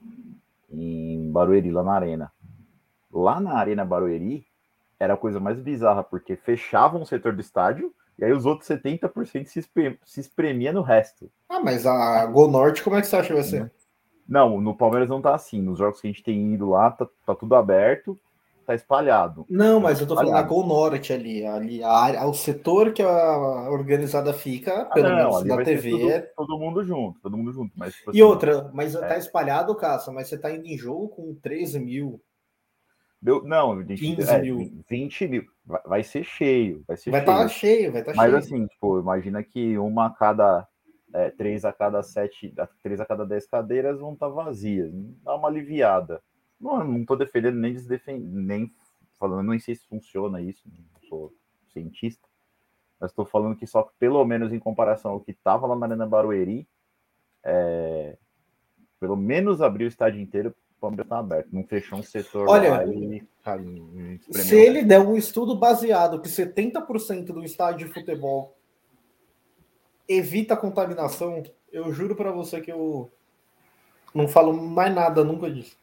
A: em Barueri, lá na Arena. Lá na Arena Barueri, era a coisa mais bizarra, porque fechavam o setor do estádio e aí os outros setenta por cento se, espremia, se espremia no resto.
C: Ah, mas a Gol Norte, como é que você acha que vai ser?
A: Não, no Palmeiras não tá assim. Nos jogos que a gente tem ido lá, tá, tá tudo aberto, tá espalhado.
C: Não, mas eu tô falando da
A: espalhado.
C: Gol Norte ali, ali a área, o setor que a organizada fica,
A: Ah,
C: pelo
A: não,
C: menos
A: ali
C: na
A: vai
C: T
A: ser
C: V.
A: tudo,
C: É...
A: todo mundo junto, todo mundo junto. Mas, tipo
C: E
A: assim,
C: outra, mas
A: é.
C: tá espalhado, Caça, mas você tá indo em jogo com treze mil,
A: Deu, não, gente,
C: quinze
A: é,
C: mil.
A: vinte mil. Vai, vai ser cheio, vai ser
C: Vai estar
A: cheio.
C: tá cheio, vai estar tá
A: Mas
C: cheio.
A: assim, tipo, imagina que uma a cada. É, três a cada sete, três a cada dez cadeiras vão estar vazias. Dá uma aliviada. Não, não tô defendendo nem desdefendendo, nem falando, nem sei se funciona isso, não sou cientista. Mas estou falando que só que pelo menos em comparação ao que estava lá na Arena Barueri, é, pelo menos abriu o estádio inteiro, o Palmeiras está aberto. Não fechou um setor
C: Olha,
A: lá e cara,
C: se ele der um estudo baseado que setenta por cento do estádio de futebol evita a contaminação, eu juro para você que eu não falo mais nada nunca disso.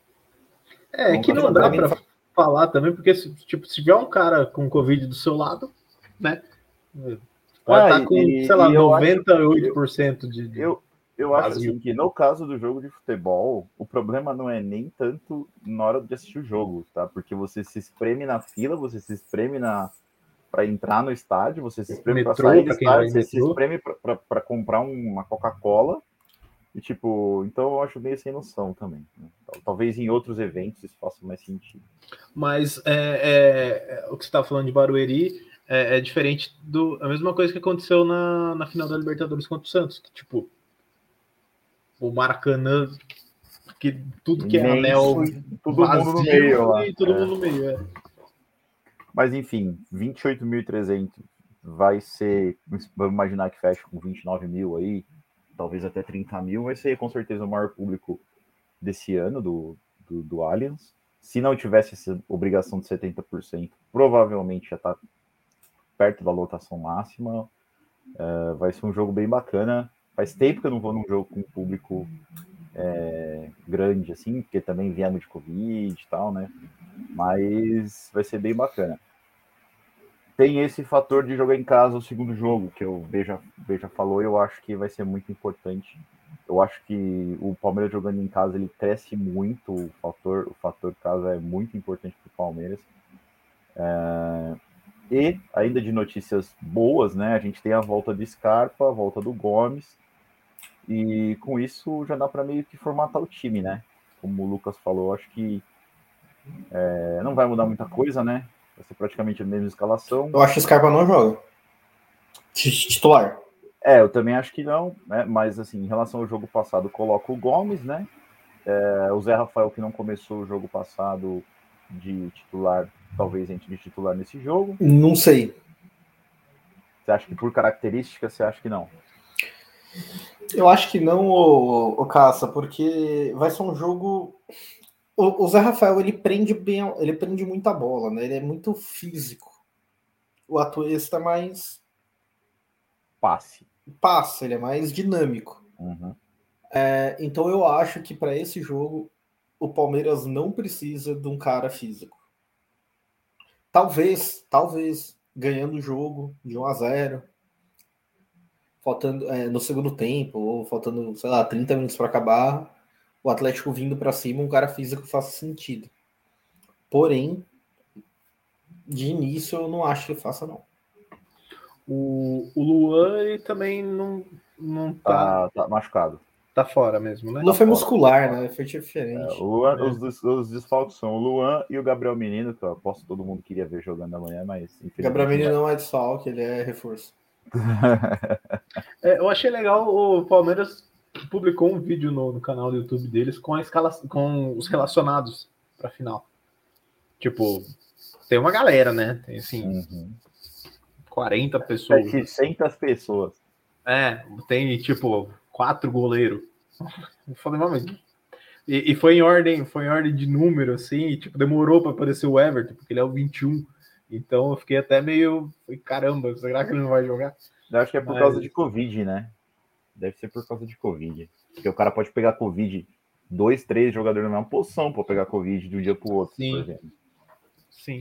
B: É, é que não dá para falar também, porque se, tipo, se tiver um cara com Covid do seu lado, né? Pode
A: ah,
B: estar com,
A: e,
B: sei lá,
A: e eu
B: noventa e oito por
A: acho,
B: cento de, de
A: eu, eu acho assim que no caso do jogo de futebol, o problema não é nem tanto na hora de assistir o jogo, tá? Porque você se espreme na fila, você se espreme na para entrar no estádio, você se espreme para sair do estádio, você se espreme para comprar uma Coca-Cola. E tipo, então eu acho meio sem noção também. Né? Talvez em outros eventos isso faça mais sentido.
B: Mas é, é, o que você está falando de Barueri é, é diferente do. A mesma coisa que aconteceu na, na final da Libertadores contra o Santos. Que, tipo, o Maracanã, que tudo que é anel
A: todo
B: vazio
A: mundo no meio lá.
B: E todo
A: é.
B: mundo no meio, é.
A: Mas enfim, vinte e oito mil e trezentos vai ser. Vamos imaginar que fecha com vinte e nove mil aí, talvez até trinta mil, vai ser com certeza o maior público desse ano do, do, do Allianz. Se não tivesse essa obrigação de setenta por cento, provavelmente já está perto da lotação máxima. Uh, vai ser um jogo bem bacana. Faz tempo que eu não vou num jogo com público é, grande, assim, porque também viemos de Covid e tal, né? Mas vai ser bem bacana. Tem esse fator de jogar em casa o segundo jogo, que o Beja, Beja falou, e eu acho que vai ser muito importante. Eu acho que o Palmeiras jogando em casa, ele cresce muito, o fator, o fator casa é muito importante para o Palmeiras. É... E, ainda de notícias boas, né, a gente tem a volta de Scarpa, a volta do Gomes, e com isso já dá para meio que formatar o time, né? Como o Lucas falou, acho que é, não vai mudar muita coisa, né? Vai ser praticamente a mesma escalação.
C: Eu acho que o Scarpa não joga. Titular.
A: É, eu também acho que não, né? Mas assim, em relação ao jogo passado, coloca o Gomes, né? É, o Zé Rafael, que não começou o jogo passado de titular, talvez entre de titular nesse jogo.
C: Não sei.
A: Você acha que por característica, você acha que não?
C: Eu acho que não, o, o Caça, porque vai ser um jogo. O, o Zé Rafael ele prende bem, ele prende muita bola, né? Ele é muito físico. O Atuesta é mais
A: passe.
C: Passa, ele é mais dinâmico.
A: Uhum.
C: É, então eu acho que para esse jogo o Palmeiras não precisa de um cara físico. Talvez, talvez ganhando o jogo de um a zero, faltando é, no segundo tempo ou faltando, sei lá, trinta minutos para acabar, o Atlético vindo para cima, um cara físico faça sentido. Porém, de início eu não acho que faça não.
B: O, o Luan ele também não, não tá...
A: tá... tá machucado.
B: Tá fora mesmo, né?
C: Não
A: tá
C: foi
A: fora,
C: muscular,
A: tá
C: né? Foi diferente.
A: É, o Luan,
B: é.
A: os, os desfalques são o Luan e o Gabriel Menino, que eu aposto que todo mundo queria ver jogando amanhã, mas infelizmente.
C: Gabriel Menino não é desfalque, ele é reforço.
B: É, eu achei legal, o Palmeiras publicou um vídeo no, no canal do YouTube deles com a escala, com os relacionados para a final. Tipo, tem uma galera, né? Tem assim,
A: Uhum.
B: quarenta pessoas.
A: setecentas pessoas.
B: É, tem tipo quatro goleiros. Eu falei, mas... E, e foi em ordem, foi em ordem de número, assim, e, tipo, demorou para aparecer o Everton, porque ele é o vinte e um. Então eu fiquei até meio. Caramba, será que ele não vai jogar?
A: Eu acho que é por mas... causa de Covid, né? Deve ser por causa de Covid. Porque o cara pode pegar Covid, dois, três jogadores na mesma posição para pegar Covid de um dia para o outro,
B: Sim.
A: por exemplo.
B: Sim.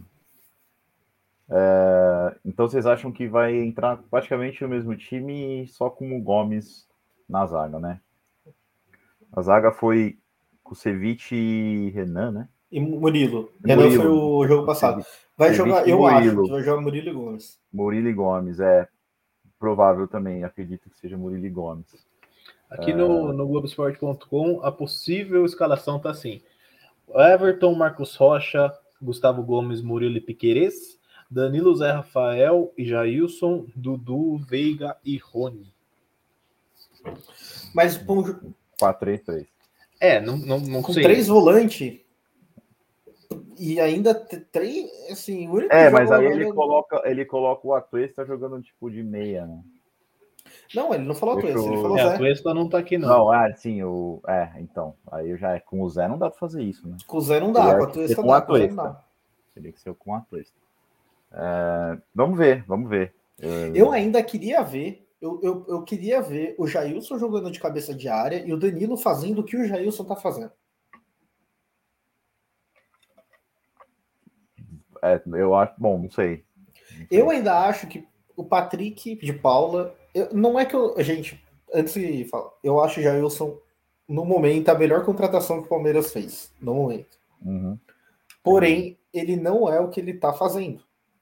A: É, então vocês acham que vai entrar praticamente o mesmo time, só com o Gomes na zaga, né? A zaga foi Kusevich e Renan, né?
C: E Murilo.
A: E
C: Renan
A: Murilo,
C: foi o jogo passado. Vai
A: Kusevich
C: jogar, eu acho que vai jogar Murilo e Gomes.
A: Murilo e Gomes, é provável também, acredito que seja Murilo e Gomes.
B: Aqui é... no, no Globoesporte ponto com a possível escalação tá assim: Everton, Marcos Rocha, Gustavo Gomes, Murilo e Piquerez, Danilo, Zé Rafael e Jailson, Dudu, Veiga e Rony.
C: Mas com
A: quatro três três.
B: É, não, não, não
C: com
B: sei.
C: três volantes e ainda três, assim, o único
A: É,
C: que
A: mas
C: joga
A: aí
C: agora...
A: ele coloca, ele coloca o Atuesta jogando tipo de meia, né?
C: Não, ele não falou
A: Deixa
C: Atuesta,
A: eu...
C: ele falou
B: é,
C: Zé.
B: O Atuesta não tá aqui, não.
A: Não, ah, sim, o... é, então. Aí já é com o Zé não dá pra fazer isso, né?
C: Com o Zé não dá, com o Atuesta
A: com
C: dá,
A: a
C: com o Zé não dá.
A: Teria que ser com a Atuesta. É... Vamos ver, vamos ver.
C: Eu, eu ainda queria ver, eu, eu, eu queria ver o Jailson jogando de cabeça de área e o Danilo fazendo o que o Jailson tá fazendo.
A: É, eu acho, bom, não sei. não sei.
C: Eu ainda acho que o Patrick de Paula, eu, não é que eu, gente, antes de falar, eu acho o Jailson, no momento, a melhor contratação que o Palmeiras fez, no momento.
A: Uhum.
C: Porém, uhum. ele não é o que ele tá fazendo.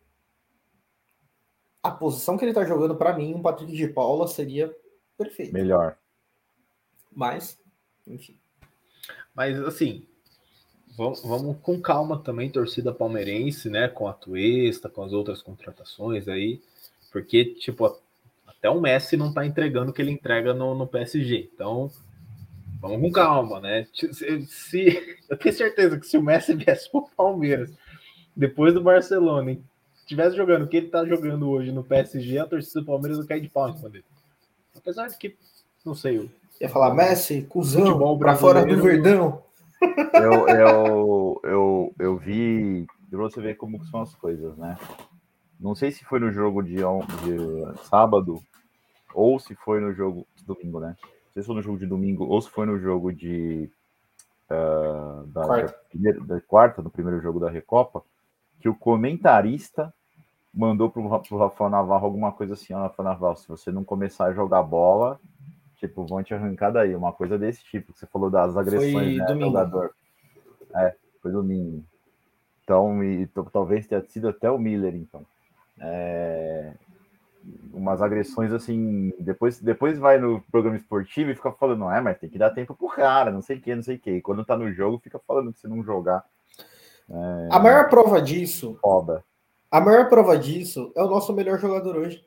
C: A posição que ele tá jogando, para mim, um Patrick de Paula seria perfeito.
A: Melhor.
C: Mas, enfim.
B: Mas, assim, vamos, vamos com calma também, torcida palmeirense, né? Com a Atuesta, com as outras contratações aí. Porque, tipo, até o Messi não tá entregando o que ele entrega no, no P S G. Então, vamos com calma, né? Se, se, eu tenho certeza que se o Messi viesse pro Palmeiras, depois do Barcelona, hein, estivesse jogando o que ele tá jogando hoje no P S G, a torcida do Palmeiras não cai de pau em cima dele. Apesar de que, não sei, eu...
C: Ia falar, Messi, cuzão, pra fora do Verdão.
A: Eu, eu, eu, eu vi, pra você ver como são as coisas, né? Não sei se foi no jogo de, de sábado ou se foi no jogo de domingo, né? Não sei se foi no jogo de domingo ou se foi no jogo de uh, da, quarta. Da, primeira, da quarta, no primeiro jogo da Recopa, que o comentarista mandou pro, pro Rafael Navarro alguma coisa assim: ó, Rafael Navarro, se você não começar a jogar bola, tipo, vão te arrancar daí, uma coisa desse tipo, que você falou das agressões, foi né, domingo. Jogador. É, foi domingo. Então, e talvez tenha sido até o Miller, então. É, umas agressões assim, depois, depois vai no programa esportivo e fica falando, não é, mas tem que dar tempo pro cara, não sei o que, não sei o que. E quando tá no jogo, fica falando que se não jogar. É,
C: a maior prova disso.
A: Foda.
C: A maior prova disso é o nosso melhor jogador hoje.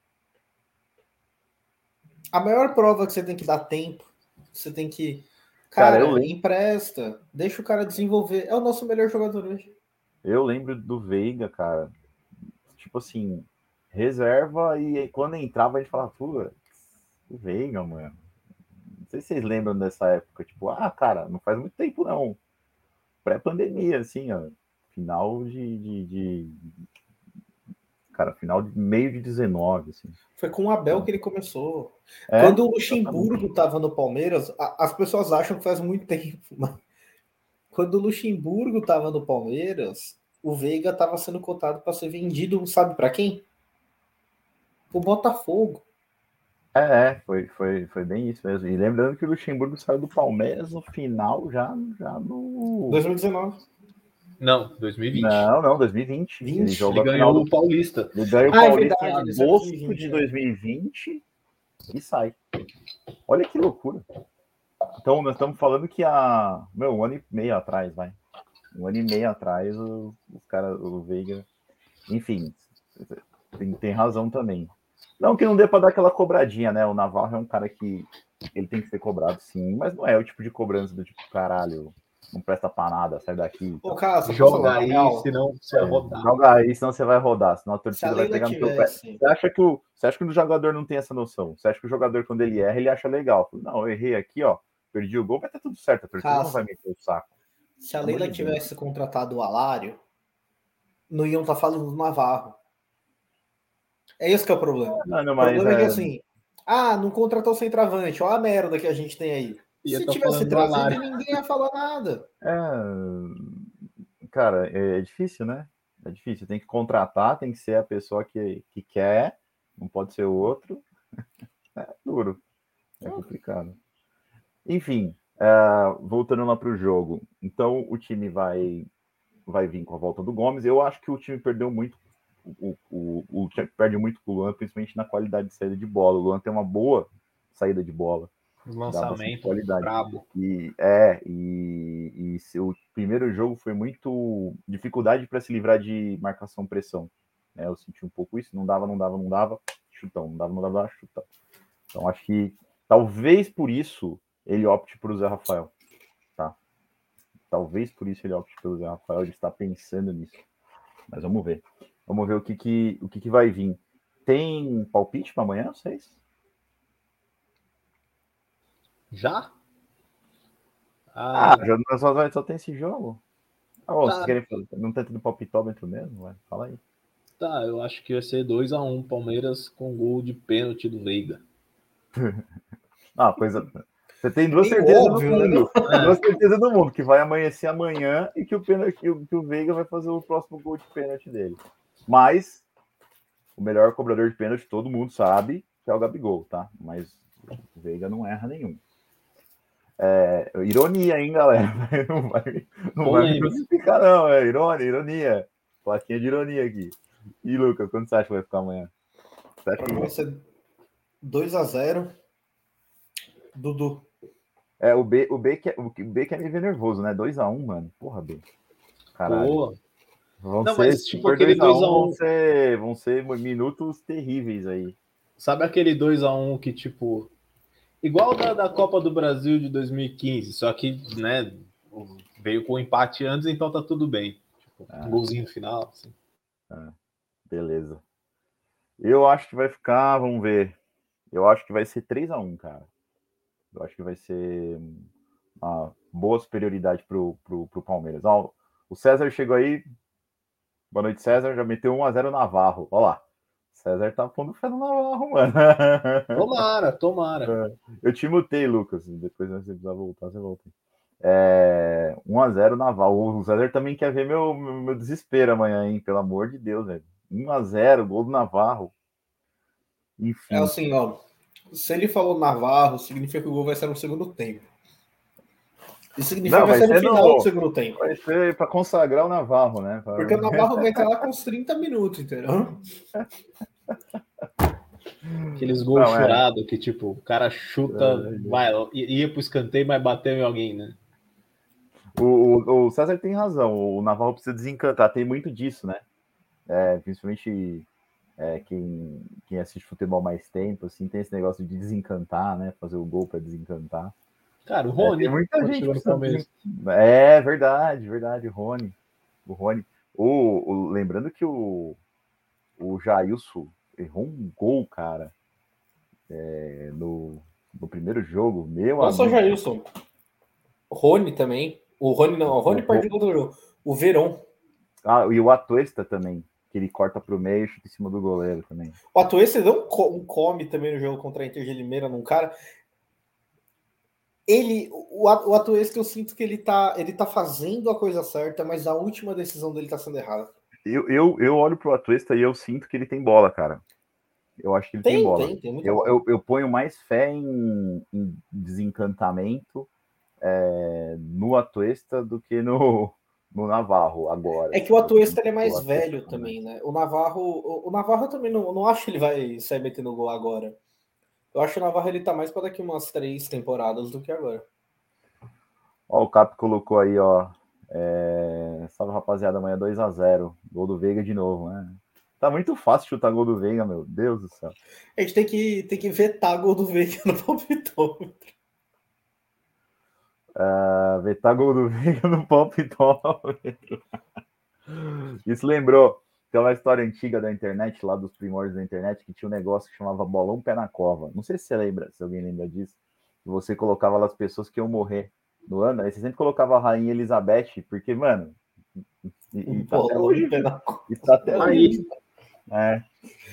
C: A maior prova que você tem que dar tempo, você tem que. Cara, cara eu lembro... empresta, deixa o cara desenvolver. É o nosso melhor jogador hoje.
A: Eu lembro do Veiga, cara. Tipo assim, reserva e quando entrava a gente falava, pô, o Veiga, mano. Não sei se vocês lembram dessa época. Tipo, ah, cara, não faz muito tempo não. Pré-pandemia, assim, ó. Final de, de, de. Cara, final de meio de dezenove, assim.
C: Foi com o Abel que ele começou. É, quando o Luxemburgo estava no Palmeiras, a, as pessoas acham que faz muito tempo, mas quando o Luxemburgo estava no Palmeiras, o Veiga estava sendo cotado para ser vendido, sabe para quem? O Botafogo.
A: É, é, foi, foi, foi bem isso mesmo. E lembrando que o Luxemburgo saiu do Palmeiras no final, já, já no...
C: dois mil e dezenove.
B: Não, dois mil e vinte.
A: Não, não, dois mil e vinte.
B: vinte. Ele, ele ganhou do... o Paulista.
A: Ele ganhou o
C: ah,
A: Paulista
C: é verdade,
A: em agosto dois mil e vinte, de dois mil e vinte é. E sai. Olha que loucura. Então, nós estamos falando que há, meu, um ano e meio atrás, vai. Um ano e meio atrás, o, os caras, o Veiga... Enfim, tem, tem razão também. Não que não dê para dar aquela cobradinha, né? O Navarro é um cara que ele tem que ser cobrado, sim, mas não é o tipo de cobrança do tipo, caralho, não presta pra nada, sai daqui.
C: Ô, Cássio,
B: joga aí, senão você vai rodar.
A: Joga aí, senão você vai rodar, senão a
C: Se a
A: torcida vai
C: Leila
A: pegar no teu pé.
C: tivesse.
A: Você acha, que o, você acha que o jogador não tem essa noção? Você acha que o jogador, quando ele erra, ele acha legal? Não, eu errei aqui, ó, perdi o gol, vai estar tudo certo, a torcida não
C: Cássio,
A: vai meter o saco.
C: Se a
A: Pelo amor
C: Leila
A: de Deus.
C: tivesse contratado o Alário, não iam estar falando do Navarro. É esse que é o problema.
A: Não, não,
C: O
A: mas
C: problema é que
A: é,
C: assim, ah, não contratou o centroavante, olha a merda que a gente tem aí.
B: Ia
C: Se
B: tá
C: tivesse
B: falando do
C: trazido,
B: Alário.
C: ninguém ia falar nada.
A: é, cara, é, é difícil, né? É difícil, tem que contratar, tem que ser a pessoa que, que quer, não pode ser o outro. É duro, é complicado. Enfim, é, voltando lá para o jogo. Então, o time vai, vai vir com a volta do Gomes. Eu acho que o time perdeu muito. O, o, o time perde muito com o Luan, principalmente na qualidade de saída de bola. O Luan tem uma boa saída de bola.
B: Lançamento brabo.
A: E, é, e, e seu primeiro jogo foi muito dificuldade para se livrar de marcação-pressão. Né? Eu senti um pouco isso. Não dava, não dava, não dava. Chutão. Não dava, não dava, chutão. Então, acho que talvez por isso ele opte por o Zé Rafael, tá? Talvez por isso ele opte pelo Zé Rafael, ele está pensando nisso. Mas vamos ver. Vamos ver o que que, o que, que vai vir. Tem palpite para amanhã, vocês?
B: Já?
A: Ah,
B: Ah,
A: já, só, só tem esse jogo. Ah, bom,
B: tá,
A: vocês querem fazer? Não tá tendo palpitômetro mesmo? Vai, fala aí.
B: tá, eu acho que vai ser dois a um Palmeiras com gol de pênalti do Veiga.
A: Ah, coisa. Você tem duas
C: Meio
A: certezas
C: óbvio,
A: do mundo.
C: né?
A: Duas certezas do mundo, que vai amanhecer amanhã e que o, pênalti, que o, que o Veiga vai fazer o próximo gol de pênalti dele. Mas o melhor cobrador de pênalti, todo mundo sabe, que é o Gabigol, tá? Mas o Veiga não erra nenhum. É, ironia, hein, galera? Não vai, não vai me crucificar, não. É ironia, ironia. Plaquinha de ironia aqui. E, Lucas, quando você acha que vai ficar amanhã? Você acha que...
C: Vai ser dois a zero. Dudu.
A: É, o B, o B, quer, o B quer me ver nervoso, né? dois a um, mano. Porra, B. Caralho.
B: Pô.
A: Vão
B: Não,
A: ser,
B: mas tipo aquele
A: dois a um,
B: dois a um
A: vão ser, vão ser minutos terríveis aí.
B: Sabe aquele dois a um que, tipo, igual da, da Copa do Brasil de dois mil e quinze, só que, né, veio com o empate antes, então tá tudo bem. Tipo,
A: Ah,
B: um golzinho no final, assim.
A: Ah, beleza. Eu acho que vai ficar, vamos ver. Eu acho que vai ser três a um, cara. Eu acho que vai ser uma boa superioridade pro, pro, pro Palmeiras. Ó, o César chegou aí. Boa noite, César. Já meteu um a zero Navarro. Olha lá. César tá pondo fé no Navarro, mano.
B: Tomara, tomara.
A: Eu te mutei, Lucas. Depois você precisar voltar, você volta. É, um a zero Navarro. O César também quer ver meu, meu, meu desespero amanhã, hein? Pelo amor de Deus, velho. um a zero, gol do Navarro. Enfim.
C: É assim, ó. Se ele falou Navarro, significa que o gol vai ser no segundo tempo. Isso significa
A: Não,
C: que vai,
A: vai
C: ser no
A: ser
C: final
A: no-
C: do segundo tempo.
A: Vai ser para consagrar o Navarro, né? Pra-
C: Porque o Navarro vai estar lá com uns trinta minutos, entendeu?
B: Aqueles gols
A: Não, é.
B: churados que, tipo, o cara chuta, vai, ia pro escanteio, mas bateu em alguém, né?
A: O, o, o César tem razão. O Navarro precisa desencantar. Tem muito disso, né? É, principalmente é, quem, quem assiste futebol mais tempo, assim, tem esse negócio de desencantar, né? Fazer o gol para desencantar.
B: Cara, o
A: É,
B: Rony,
A: tem muita
B: quando
A: gente
B: chegou no
A: precisando
B: Palmeiras.
A: desen- É verdade, verdade, o Rony. O Rony. O, o- lembrando que o, o Jailson errou um gol, cara, é, no, no primeiro jogo. Meu
C: Não só o
A: amigo.
C: Jailson. O Rony também. O Rony não, o Rony
A: O-
C: partiu do jogo. O Verón.
A: Ah, e o Atuesta também, que ele corta pro meio e chuta em cima do goleiro também.
C: O Atuesta deu um, co- um come também no jogo contra a Inter de Limeira num cara. Ele, o, o Atuesta, eu sinto que ele tá, ele tá fazendo a coisa certa, mas a última decisão dele tá sendo errada.
A: Eu, eu, eu olho pro Atuesta e eu sinto que ele tem bola, cara. Eu acho que ele tem,
C: Tem,
A: bola.
C: tem, tem muita
A: Eu,
C: bola.
A: eu, eu ponho mais fé em, em desencantamento é, no Atuesta do que no, no Navarro agora.
C: É que o Atuesta ele é
A: O
C: mais
A: Atuesta
C: velho também, né? O Navarro, o, o Navarro eu também não, não acho que ele vai sair metendo gol agora. Eu acho que o Navarro ele tá mais para daqui umas três temporadas do que agora.
A: Ó, o Cap colocou aí, ó. É... Salve, rapaziada, amanhã dois a zero. Gol do Veiga de novo, né? Tá muito fácil chutar gol do Veiga, meu Deus do céu.
C: A gente tem que, tem que vetar gol do Veiga no palpitômetro.
A: Uh, vetar gol do Veiga no palpitômetro. Isso lembrou. Tem uma história antiga da internet, lá dos primórdios da internet, que tinha um negócio que chamava bolão pé na cova. Não sei se você lembra, se alguém lembra disso. Você colocava lá as pessoas que iam morrer no ano, aí você sempre colocava a Rainha Elizabeth, porque, mano, e, e tá até hoje. E tá até hoje. É.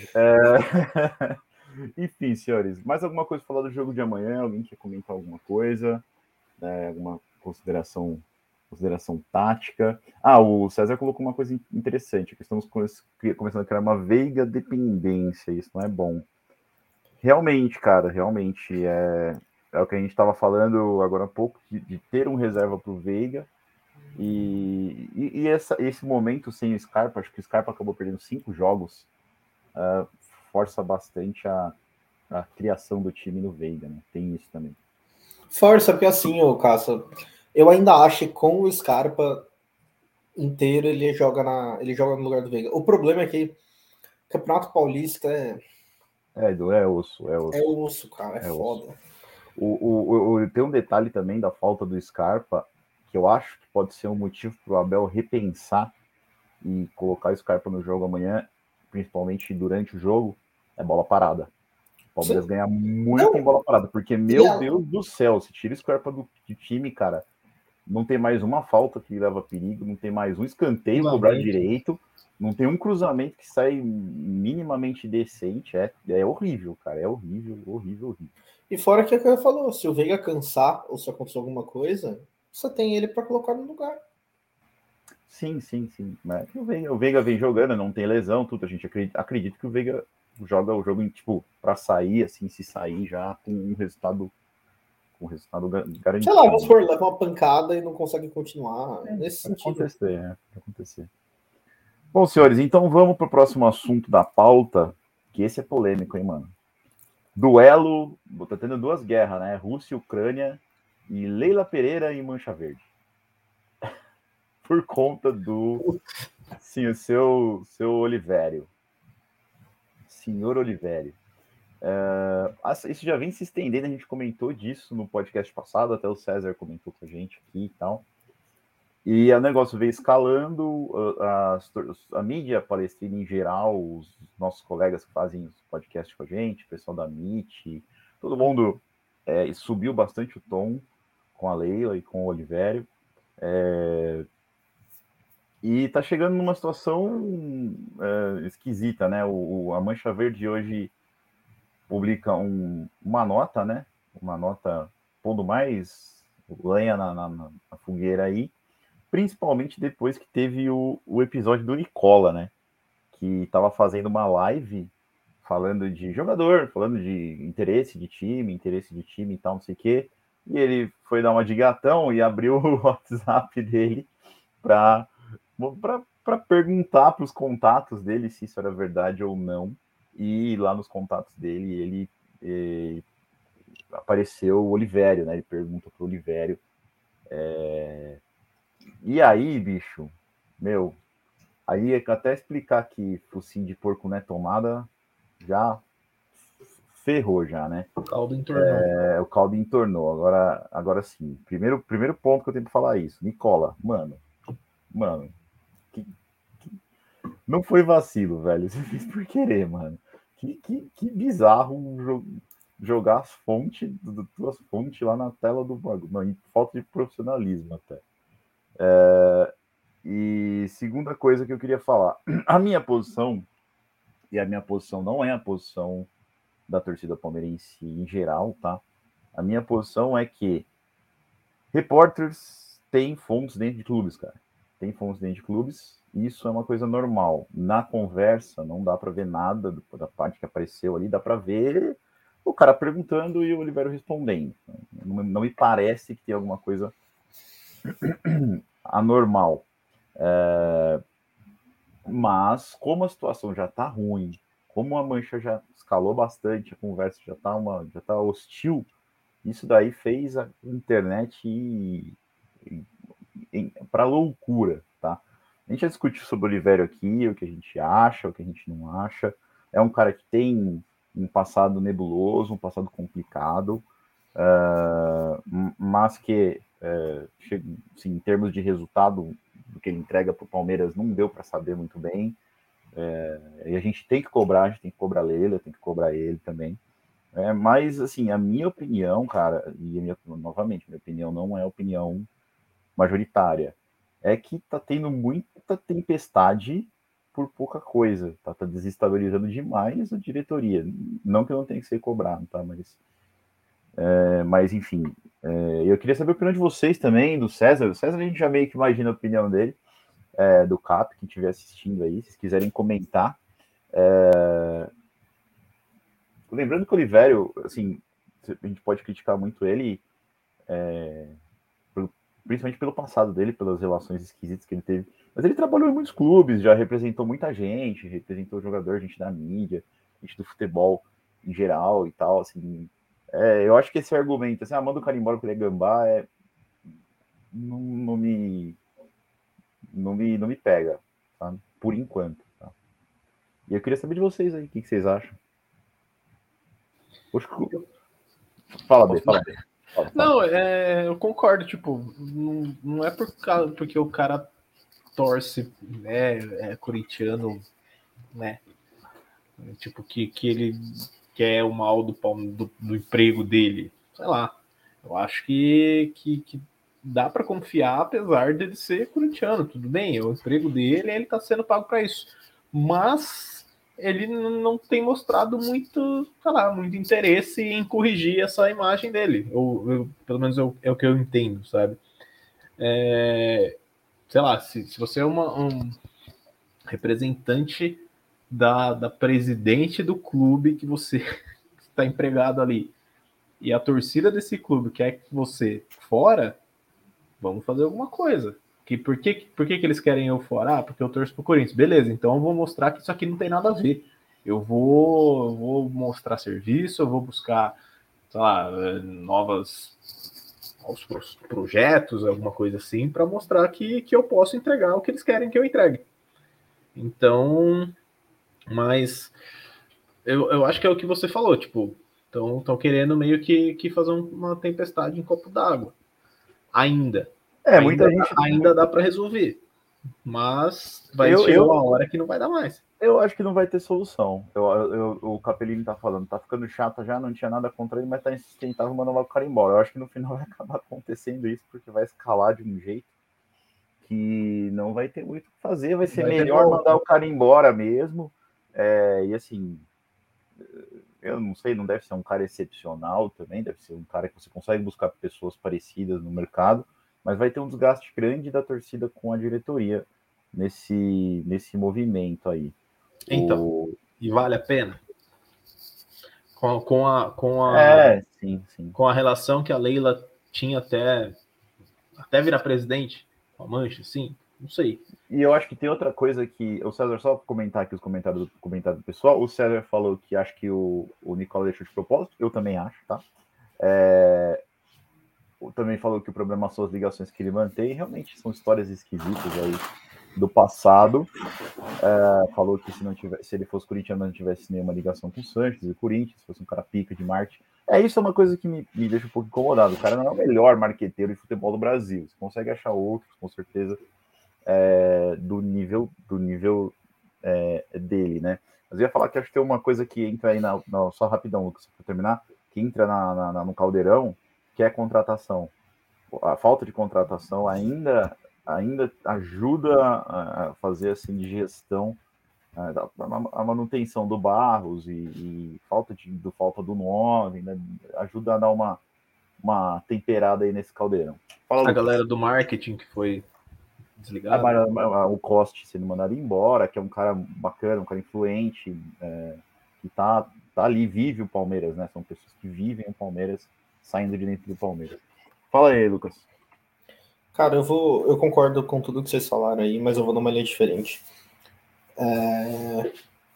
A: É... Enfim, senhores, mais alguma coisa para falar do jogo de amanhã? Alguém quer comentar alguma coisa? É, alguma consideração, consideração tática? Ah, o César colocou uma coisa interessante, que estamos começando a criar uma veiga dependência, isso não é bom. Realmente, cara, realmente, é, é o que a gente estava falando agora há pouco, de, de ter um reserva para o Veiga, e, e, e essa, esse momento sem o Scarpa, acho que o Scarpa acabou perdendo cinco jogos, uh, força bastante a, a criação do time no Veiga, né? Tem isso também.
C: Força, porque assim, ô Caça, eu ainda acho que com o Scarpa inteiro ele joga, na, ele joga no lugar do Veiga. O problema é que o Campeonato Paulista é.
A: É, é osso, é osso.
C: É osso, cara, é, é foda.
A: O, o, o, tem um detalhe também da falta do Scarpa, que eu acho que pode ser um motivo para o Abel repensar e colocar o Scarpa no jogo amanhã, principalmente durante o jogo, é bola parada. O Palmeiras Sim. ganha muito não. em bola parada, porque, meu não. Deus do céu, se tira o Scarpa do, do time, cara, não tem mais uma falta que leva perigo, não tem mais um escanteio não, cobrar direito, não tem um cruzamento que sai minimamente decente, é, é horrível, cara, é horrível, horrível, horrível.
C: E fora que a cara falou, se o Veiga cansar ou se acontecer alguma coisa, você tem ele para colocar no lugar.
A: Sim, sim, sim. Mas o Veiga, o Veiga vem jogando, não tem lesão, tudo. A gente acredita, acredita que o Veiga joga o jogo tipo para sair, assim, se sair já com um resultado, com um resultado garantido.
C: Sei lá, vamos supor, leva uma pancada e não consegue continuar. É, nesse
A: pode
C: sentido.
A: Acontecer, né? Pode acontecer. Bom, senhores, então vamos para o próximo assunto da pauta, que esse é polêmico, hein, mano? Duelo, tá tendo duas guerras, né? Rússia e Ucrânia e Leila Pereira e Mancha Verde. Por conta do sim, o seu, seu Olivério. Senhor Olivério. Uh, isso já vem se estendendo, a gente comentou disso no podcast passado, até o César comentou com a gente aqui e tal. E o negócio veio escalando, a, a, a mídia palestina em geral, os nossos colegas que fazem os podcasts com a gente, o pessoal da M I T, todo mundo é, subiu bastante o tom com a Leila e com o Olivério. É, e tá chegando numa situação é, esquisita, né? O, a Mancha Verde hoje publica um, uma nota, né? Uma nota pondo mais lenha na, na, na fogueira aí, principalmente depois que teve o, o episódio do Nicola, né? Que estava fazendo uma live falando de jogador, falando de interesse de time, interesse de time e tal, não sei o quê. E ele foi dar uma de gatão e abriu o WhatsApp dele para para perguntar para os contatos dele se isso era verdade ou não. E lá nos contatos dele, ele eh, apareceu o Olivério, né? Ele pergunta para o Olivério. É... E aí, bicho, meu, aí até explicar que focinho de porco não é tomada, já ferrou já, né?
B: O caldo entornou.
A: É, o caldo entornou. Agora, agora sim. Primeiro, primeiro ponto que eu tenho para falar isso. Nicola, mano, mano, que, que... não foi vacilo, velho. Você fez por querer, mano. Que, que, que bizarro jogar as fontes, duas fontes lá na tela do bagulho. Falta de profissionalismo até. É, e segunda coisa que eu queria falar. A minha posição, e a minha posição não é a posição da torcida palmeirense em geral, tá? A minha posição é que repórteres têm fontes dentro de clubes, cara. Tem fontes dentro de clubes, isso é uma coisa normal. Na conversa, não dá para ver nada da parte que apareceu ali, dá para ver o cara perguntando e o Oliveira respondendo. Não, não me parece que tem alguma coisa anormal. É... Mas, como a situação já tá ruim, como a Mancha já escalou bastante, a conversa já tá, uma, já tá hostil, isso daí fez a internet ir, ir, ir para loucura, tá? A gente já discutiu sobre o Olivério aqui, o que a gente acha, o que a gente não acha. É um cara que tem um passado nebuloso, um passado complicado, uh, mas que É, assim, em termos de resultado do que ele entrega para o Palmeiras, não deu para saber muito bem. É, e a gente tem que cobrar, a gente tem que cobrar a Leila, tem que cobrar ele também. É, mas, assim, a minha opinião, cara, e a minha, novamente, minha opinião não é opinião majoritária, é que tá tendo muita tempestade por pouca coisa, tá, tá desestabilizando demais a diretoria. Não que eu não tenha que ser cobrado, tá, mas, é, mas enfim, é, eu queria saber a opinião de vocês também, do César. O César a gente já meio que imagina a opinião dele, é, do Cap, quem estiver assistindo aí, se vocês quiserem comentar. É, lembrando que o Olivério, assim, a gente pode criticar muito ele, é, principalmente pelo passado dele, pelas relações esquisitas que ele teve. Mas ele trabalhou em muitos clubes, já representou muita gente, representou jogador, gente da mídia, gente do futebol em geral e tal, assim. É, eu acho que esse argumento, assim, ah, manda o cara embora porque ele é gambá, é, não, não, me, não, me, não me pega, sabe? Por enquanto. Tá? E eu queria saber de vocês aí, o que, que vocês acham? Poxa, fala, B, fala, B. Fala, fala.
B: Não, é, eu concordo, tipo, não, não é por causa, porque o cara torce, né, é corintiano, né, tipo, que, que ele quer o mal do, do, do emprego dele, sei lá, eu acho que, que, que dá para confiar, apesar dele ser corintiano, tudo bem, é o emprego dele, ele tá sendo pago para isso, mas ele não tem mostrado muito, sei lá, muito interesse em corrigir essa imagem dele. Ou, eu, pelo menos eu, é o que eu entendo, sabe? É, sei lá, se, se você é uma, um representante da, da presidente do clube que você está empregado ali, e a torcida desse clube quer que você fora, vamos fazer alguma coisa. Que, por que, por que, que eles querem eu fora? Ah, porque eu torço pro Corinthians. Beleza, então eu vou mostrar que isso aqui não tem nada a ver. Eu vou, vou mostrar serviço, eu vou buscar, sei lá, novas novos projetos, alguma coisa assim, para mostrar que, que eu posso entregar o que eles querem que eu entregue. Então, mas eu, eu acho que é o que você falou, tipo, estão querendo meio que, que fazer uma tempestade em copo d'água. Ainda.
A: É,
B: ainda,
A: muita gente.
B: ainda dá para resolver. Mas vai
A: Eu,
B: chegar
A: eu,
B: uma hora que não vai dar mais.
A: Eu acho que não vai ter solução. Eu, eu, o Capellini tá falando, tá ficando chato já, não tinha nada contra ele, mas tá insistente, tava mandando o cara embora. Eu acho que no final vai acabar acontecendo isso, porque vai escalar de um jeito que não vai ter muito o que fazer, vai ser vai melhor mandar o cara embora mesmo. É, e assim, eu não sei, não deve ser um cara excepcional também, deve ser um cara que você consegue buscar pessoas parecidas no mercado, mas vai ter um desgaste grande da torcida com a diretoria nesse, nesse movimento aí.
B: Então, o... e vale a pena? Com, com, a, com, a,
A: é, sim, sim.
B: com a relação que a Leila tinha até, até virar presidente, com a Mancha, sim, não sei.
A: E eu acho que tem outra coisa que o César, só comentar aqui os comentários do comentário do pessoal, o César falou que acho que o, o Nicola deixou de propósito, eu também acho, tá? É, também falou que o problema são as ligações que ele mantém, realmente são histórias esquisitas aí do passado. É, falou que se não tivesse, se ele fosse corintiano, não tivesse nenhuma ligação com o Santos e o Corinthians, fosse um cara pica de Marte. É, isso é uma coisa que me, me deixa um pouco incomodado. O cara não é o melhor marqueteiro de futebol do Brasil. Você consegue achar outros, com certeza, é, do nível, do nível é, dele, né? Mas eu ia falar que acho que tem uma coisa que entra aí, na, na, só rapidão, Lucas, para terminar, que entra na, na, no caldeirão, que é a contratação. A falta de contratação ainda, ainda ajuda a fazer assim de gestão, a manutenção do Barros e, e falta, de, do, falta do nove, né? Ajuda a dar uma, uma temperada aí nesse caldeirão.
B: Fala, a Lucas. Galera do marketing que foi desligado.
A: A, a, o Coste sendo mandado embora, que é um cara bacana, um cara influente, é, que tá, tá ali, vive o Palmeiras, né? São pessoas que vivem o Palmeiras, saindo de dentro do Palmeiras. Fala aí, Lucas.
C: Cara, eu vou. Eu concordo com tudo que vocês falaram aí, mas eu vou numa linha diferente. É...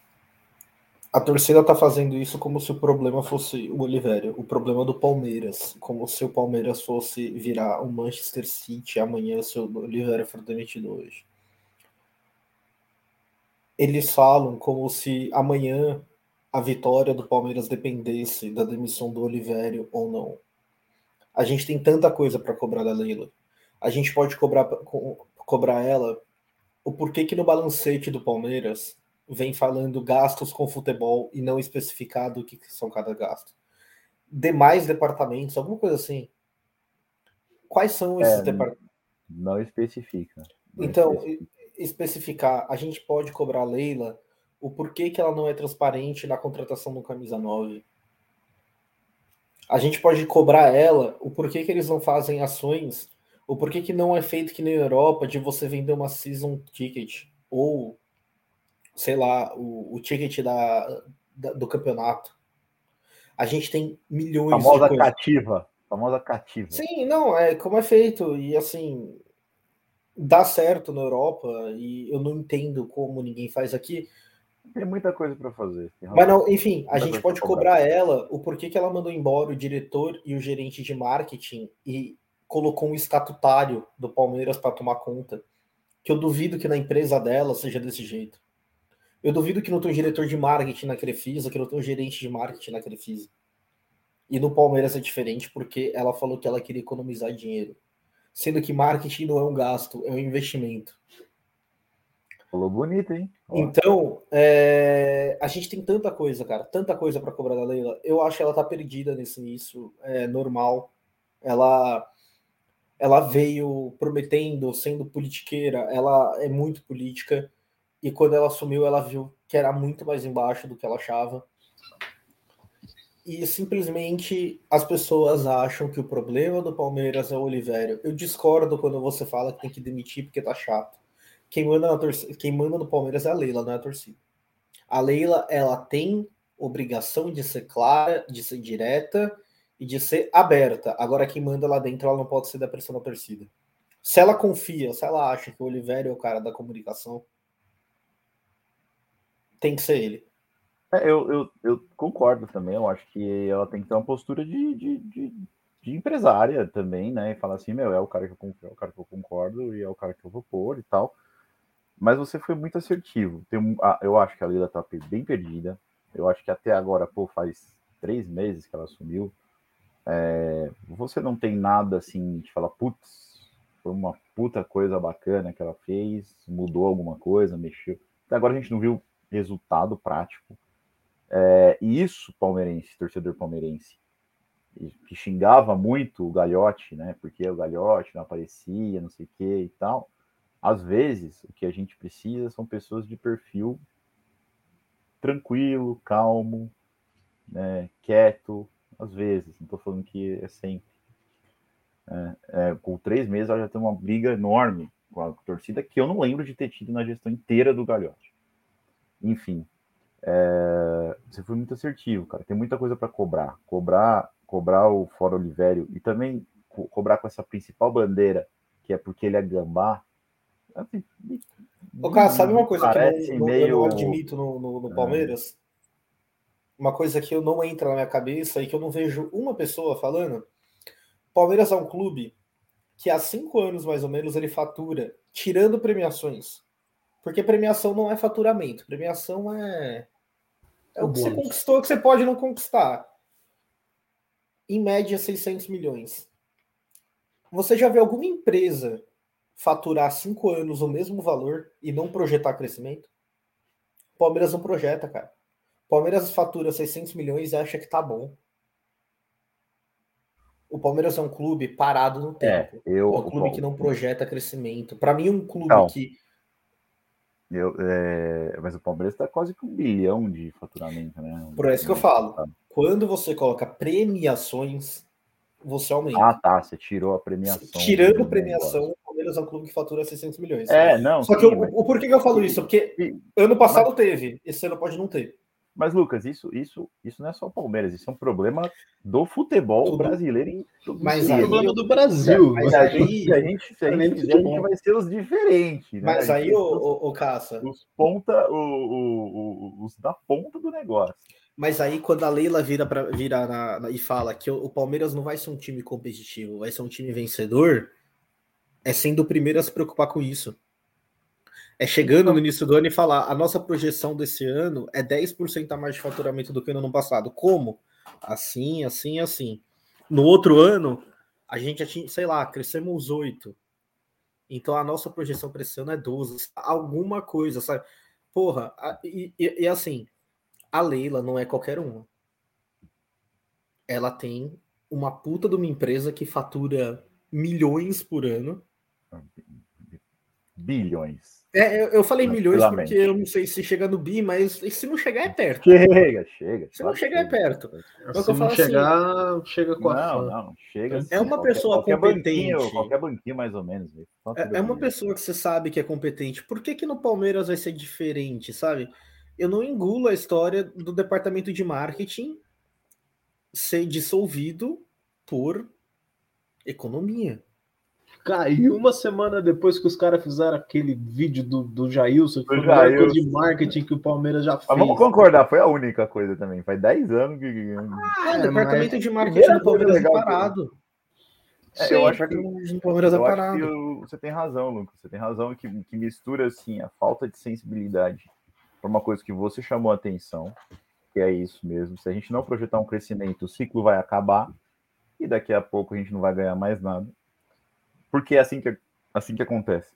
C: A torcida tá fazendo isso como se o problema fosse o Olivério, o problema do Palmeiras, como se o Palmeiras fosse virar o Manchester City amanhã se o Olivério for demitido hoje. Eles falam como se amanhã a vitória do Palmeiras dependesse da demissão do Olivério ou não. A gente tem tanta coisa para cobrar da Leila. A gente pode cobrar, co- cobrar ela o porquê que no balancete do Palmeiras vem falando gastos com futebol e não especificado o que que são cada gasto. Demais departamentos, alguma coisa assim. Quais são esses
A: É,
C: departamentos?
A: não especifica. Não
C: Então,
A: especifica.
C: e- especificar, a gente pode cobrar a Leila o porquê que ela não é transparente na contratação do camisa nove. A gente pode cobrar ela o porquê que eles não fazem ações, o porquê que não é feito que nem na Europa de você vender uma season ticket ou, sei lá, o, o ticket da, da- do campeonato. A gente tem milhões de
A: Famosa
C: coisas.
A: cativa. Famosa cativa.
C: Sim, não, é como é feito. E assim, dá certo na Europa e eu não entendo como ninguém faz aqui.
A: Tem muita coisa para fazer. Tem
C: Mas
A: razão.
C: não, enfim, a
A: Muita
C: gente
A: coisa
C: pode
A: pra cobrar.
C: cobrar ela o porquê que ela mandou embora o diretor e o gerente de marketing e colocou um estatutário do Palmeiras para tomar conta. Que eu duvido que na empresa dela seja desse jeito. Eu duvido que não tenha um diretor de marketing na Crefisa, que não tenha um gerente de marketing na Crefisa. E no Palmeiras é diferente porque ela falou que ela queria economizar dinheiro. Sendo que marketing não é um gasto, é um investimento.
A: Falou bonito, hein? Ó.
C: Então, é, a gente tem tanta coisa, cara, tanta coisa para cobrar da Leila. Eu acho que ela tá perdida nesse início, é normal. Ela, ela veio prometendo, sendo politiqueira, ela é muito política. E quando ela assumiu, ela viu que era muito mais embaixo do que ela achava. E simplesmente as pessoas acham que o problema do Palmeiras é o Olivério. Eu discordo quando você fala que tem que demitir porque tá chato. Quem manda, na torcida, quem manda no Palmeiras é a Leila, não é a torcida. A Leila, ela tem obrigação de ser clara, de ser direta e de ser aberta. Agora, quem manda lá dentro, ela não pode ser da pressão da torcida. Se ela confia, se ela acha que o Olivério é o cara da comunicação, tem que ser ele.
A: É, eu, eu, eu concordo também. Eu acho que ela tem que ter uma postura de, de, de, de empresária também, né? E falar assim, meu, é o cara que eu confio, é o cara que eu concordo e é o cara que eu vou pôr e tal. Mas você foi muito assertivo. Tem um, ah, eu acho que a Leila tá bem perdida. Eu acho que até agora, pô, faz três meses que ela assumiu. É, você não tem nada assim de falar, putz, foi uma puta coisa bacana que ela fez, mudou alguma coisa, mexeu. Até agora a gente não viu resultado prático. É, e isso, palmeirense, torcedor palmeirense, que xingava muito o Gagliotti, né? Porque o Gagliotti não aparecia, não sei o que e tal. Às vezes, o que a gente precisa são pessoas de perfil tranquilo, calmo, né, quieto, às vezes. Não estou falando que é sempre. É, é, com três meses, ela já tem uma briga enorme com a torcida que eu não lembro de ter tido na gestão inteira do Gagliotti. Enfim, é, você foi muito assertivo, cara. Tem muita coisa para cobrar. Cobrar, cobrar o Fora Olivério e também co cobrar com essa principal bandeira, que é porque ele é gambá. Assim,
C: Ô, cara, sabe uma coisa que não,
A: parece
C: não, eu não
A: meio.
C: admito no, no, no Palmeiras? Uma coisa que eu não entra na minha cabeça e que eu não vejo uma pessoa falando. Palmeiras é um clube que há cinco anos, mais ou menos, ele fatura, tirando premiações. Porque premiação não é faturamento. Premiação é, é
B: O
C: o que você
B: bônus.
C: conquistou, que você pode não conquistar. Em média, seiscentos milhões. Você já viu alguma empresa faturar cinco anos o mesmo valor e não projetar crescimento? Palmeiras não projeta, cara. Palmeiras fatura seiscentos milhões e acha que tá bom. O Palmeiras é um clube parado no
A: É,
C: tempo.
A: eu.
C: É um clube que
A: O,
C: não projeta crescimento. Para mim, um clube
A: não,
C: que.
A: eu, é, mas o Palmeiras está quase com um bilhão de faturamento, né?
C: Por isso que eu falo. Quando você coloca premiações, você
A: Ah,
C: aumenta.
A: tá. Você tirou a premiação do,
C: Tirando
A: do
C: premiação,
A: negócio.
C: o Palmeiras é um clube que fatura seiscentos milhões.
A: É, não,
C: Só que
A: sim,
C: o,
A: mas.
C: o porquê que eu falo isso? Porque ano
A: Mas,
C: passado teve, esse ano pode não ter.
A: mas, Lucas, isso, isso, isso não é só o Palmeiras, isso é um problema do futebol
C: Tudo.
A: brasileiro em
C: Mas
B: Isso é
C: aí,
B: um problema do
A: Se
B: Brasil.
C: mas
A: a gente, se a
C: aí,
A: gente, se a
B: Não é nem
A: gente
B: do
A: fizer, a gente
B: futebol.
A: vai ser os diferentes, né? A
C: mas
A: gente
C: aí,
A: vai
C: o,
A: ser os,
C: o, o Caça,
A: os ponta, o, o, o- os da ponta do negócio.
C: mas aí quando a Leila vira, pra, vira na, na, e fala que o, o Palmeiras não vai ser um time competitivo, vai ser um time vencedor, é sendo o primeiro a se preocupar com isso. É chegando no início do ano e falar, a nossa projeção desse ano é dez por cento a mais de faturamento do que no ano passado. Como? Assim, assim, assim. No outro ano, A gente já tinha, sei lá, crescemos oito. Então a nossa projeção para esse ano é doze. Alguma coisa, sabe? Porra, e, e, e assim, a Leila não é qualquer uma. Ela tem uma puta de uma empresa que fatura milhões por ano.
A: Bilhões.
C: É, eu, eu falei milhões porque eu não sei se chega no bi, mas se não chegar é perto.
A: Chega, chega.
C: Se não chegar é perto.
B: Se não chegar, assim, chega com a
A: Não,
B: fã.
A: não, chega.
C: É uma
A: qualquer,
C: pessoa
A: qualquer
C: competente.
A: Banquinho, qualquer banquinho, mais ou menos.
C: É, é uma pessoa que você sabe que é competente. Por que que no Palmeiras vai ser diferente, sabe? Eu não engulo a história do departamento de marketing ser dissolvido por economia.
B: Caiu uma semana depois que os caras fizeram aquele vídeo do, do Jailson, que
A: do
B: foi a melhor
A: Jailson.
B: coisa de marketing que o Palmeiras já fez.
A: Mas vamos concordar, foi a única coisa também. Faz dez anos que.
C: Ah, o departamento
B: mas...
C: de marketing do Palmeiras é
A: legal,
C: parado.
A: É,
C: Sim,
A: eu
C: o
A: acho que,
C: departamento do Palmeiras é
A: eu acho
C: parado.
A: que eu, você tem razão, Lucas. Você tem razão que, que mistura assim, a falta de sensibilidade para uma coisa que você chamou a atenção, que é isso mesmo. Se a gente não projetar um crescimento, o ciclo vai acabar e daqui a pouco a gente não vai ganhar mais nada. Porque é assim que, assim que acontece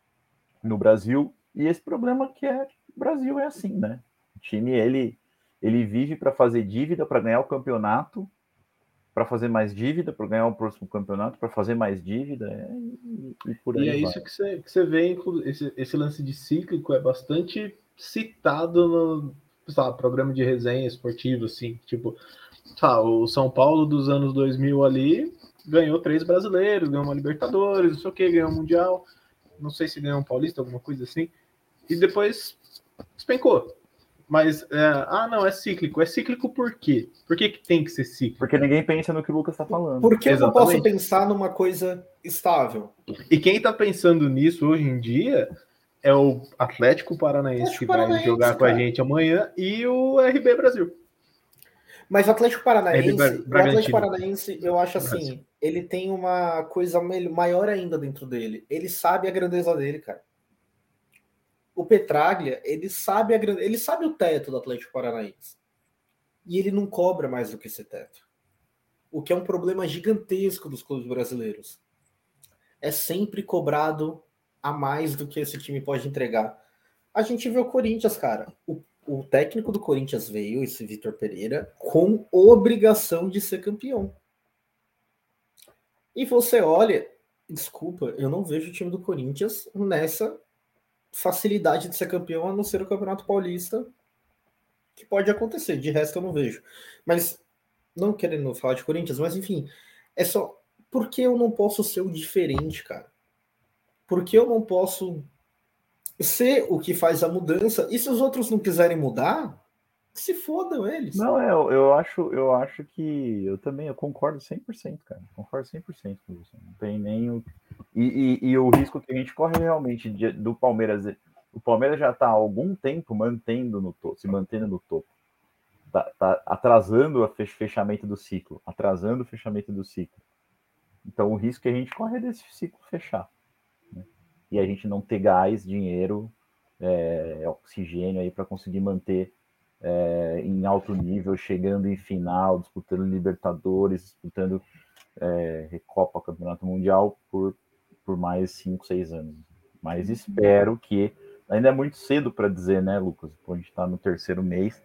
A: no Brasil. E esse problema que é o Brasil é assim, né? O time, ele, ele vive para fazer dívida, para ganhar o campeonato, para fazer mais dívida, para ganhar o próximo campeonato, para fazer mais dívida, é, e, e por aí
B: E é
A: vai.
B: isso que você, que você vê, esse, esse lance de cíclico é bastante citado no sabe, programa de resenha esportiva, assim, tipo, sabe, o São Paulo dos anos dois mil ali ganhou três brasileiros, ganhou uma Libertadores, não sei o que, ganhou um Mundial, não sei se ganhou um Paulista, alguma coisa assim, e depois despencou. Mas, é, ah, não, é cíclico. É cíclico por quê? Por que, que tem que ser cíclico?
A: Porque ninguém pensa no que o Lucas está falando.
C: Porque eu não posso pensar numa coisa estável.
B: E quem está pensando nisso hoje em dia é o Atlético Paranaense, Atlético que Paranaense, vai jogar cara. com a gente amanhã, e o R B Brasil.
C: Mas o Atlético Paranaense, o Atlético Paranaense, eu acho assim, Brasil. Ele tem uma coisa maior ainda dentro dele. Ele sabe a grandeza dele, cara. O Petraglia, ele sabe a grande... ele sabe o teto do Atlético Paranaense. E ele não cobra mais do que esse teto. O que é um problema gigantesco dos clubes brasileiros. É sempre cobrado a mais do que esse time pode entregar. A gente vê o Corinthians, cara. O, o técnico do Corinthians veio, esse Vitor Pereira, com obrigação de ser campeão. E você olha, desculpa, eu não vejo o time do Corinthians nessa facilidade de ser campeão, a não ser o Campeonato Paulista, que pode acontecer, de resto eu não vejo. Mas, não querendo falar de Corinthians, mas enfim, é só, por que eu não posso ser o diferente, cara? Por que eu não posso ser o que faz a mudança? E se os outros não quiserem mudar, se fodam eles.
A: Não, é, eu, eu acho, eu acho que eu também eu concordo cem por cento, cara. Concordo cem por cento com você. Não tem nem o... E, e, e o risco que a gente corre realmente de, do Palmeiras. O Palmeiras já está há algum tempo mantendo no topo, se mantendo no topo. Tá, tá atrasando o fechamento do ciclo. Atrasando o fechamento do ciclo. Então o risco que a gente corre é desse ciclo fechar. Né? E a gente não ter gás, dinheiro, é, oxigênio aí para conseguir manter é, em alto nível, chegando em final, disputando Libertadores, disputando é, Recopa, Campeonato Mundial por, por mais cinco, seis anos. Mas espero que... Ainda é muito cedo para dizer, né, Lucas? A gente está no terceiro mês.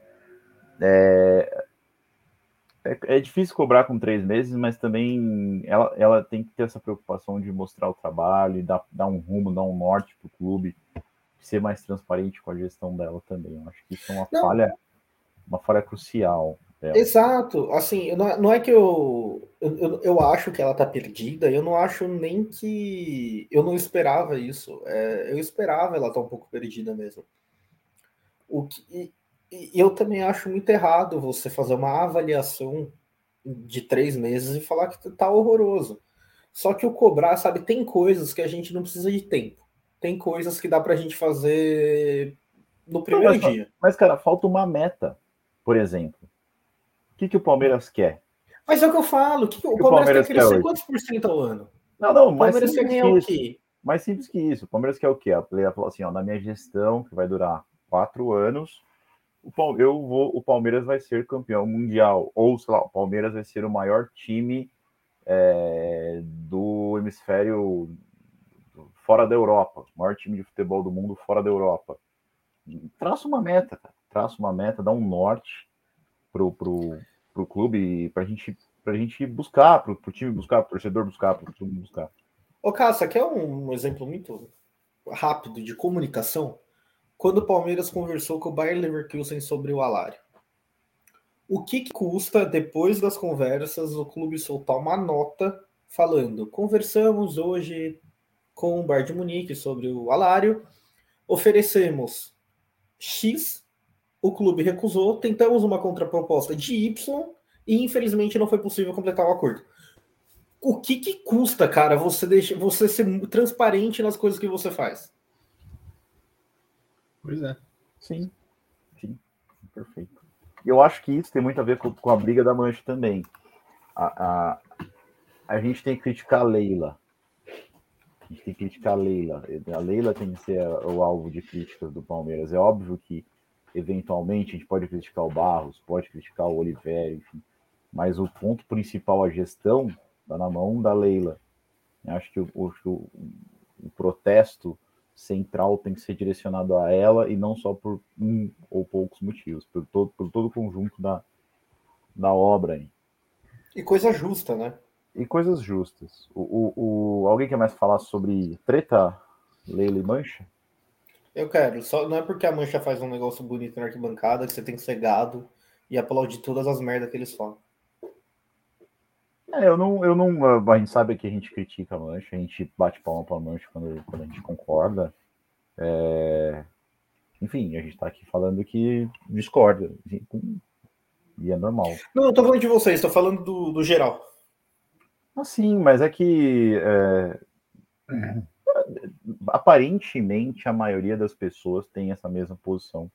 A: É, é, é difícil cobrar com três meses, mas também ela, ela tem que ter essa preocupação de mostrar o trabalho, e dar, dar um rumo, dar um norte para o clube, ser mais transparente com a gestão dela também. Eu acho que isso é uma Não. falha, uma falha crucial. Dela.
C: Exato, assim, não é, não é que eu, eu eu acho que ela tá perdida, eu não acho nem que eu não esperava isso, é, eu esperava ela estar tá um pouco perdida mesmo. O que, e, e eu também acho muito errado você fazer uma avaliação de três meses e falar que tá horroroso. Só que o cobrar, sabe, tem coisas que a gente não precisa de tempo, tem coisas que dá pra gente fazer no primeiro
A: não, mas,
C: dia.
A: Mas, cara, falta uma meta, por exemplo. O que, que o Palmeiras quer?
C: Mas é o que eu falo. Que que o, que Palmeiras, Palmeiras quer crescer quer quantos por cento ao ano?
A: Não, não,
C: o Palmeiras quer ganhar o quê?
A: Mais simples que isso. O Palmeiras quer o quê? A player falou assim, ó, na minha gestão, que vai durar quatro anos, o, eu vou, o Palmeiras vai ser campeão mundial. Ou, sei lá, o Palmeiras vai ser o maior time é, do hemisfério fora da Europa, o maior time de futebol do mundo fora da Europa. Traça uma meta, cara. Traça uma meta, dá um norte pro, pro, pro clube, pra gente, pra gente buscar, pro, pro time buscar, pro torcedor buscar, pro time buscar.
C: Ô, Cássio, quer um exemplo muito rápido de comunicação? Quando o Palmeiras conversou com o Bayer Leverkusen sobre o Alário. O que, que custa, depois das conversas, o clube soltar uma nota falando: conversamos hoje com o Bayern de Munique sobre o Alário, oferecemos X, o clube recusou, tentamos uma contraproposta de Y e infelizmente não foi possível completar o acordo. O que, que custa, cara, você, deixa, você ser transparente nas coisas que você faz?
B: Pois é.
A: Sim, sim, perfeito. Eu acho que isso tem muito a ver com, com a briga da Mancha também. A, a, a gente tem que criticar a Leila. A gente tem que criticar a Leila. A Leila tem que ser o alvo de críticas do Palmeiras. É óbvio que, eventualmente, a gente pode criticar o Barros, pode criticar o Oliveira, enfim. Mas o ponto principal, a gestão, está na mão da Leila. Eu acho que o, o, o protesto central tem que ser direcionado a ela e não só por um ou poucos motivos, por todo, por todo o conjunto da, da obra. Aí.
C: E coisa justa, né?
A: E coisas justas. O, o, o, alguém quer mais falar sobre treta, Leila e Mancha?
C: Eu quero. Só, não é porque a Mancha faz um negócio bonito na arquibancada que você tem que ser gado e aplaudir todas as merdas que eles falam.
A: É, eu não, eu não. A gente sabe que a gente critica a Mancha, a gente bate palma pra Mancha quando, quando a gente concorda. É, enfim, a gente tá aqui falando que discorda. E é normal.
C: Não, eu tô falando de vocês, tô falando do, do geral.
A: Ah, sim, mas é que é, aparentemente a maioria das pessoas tem essa mesma posição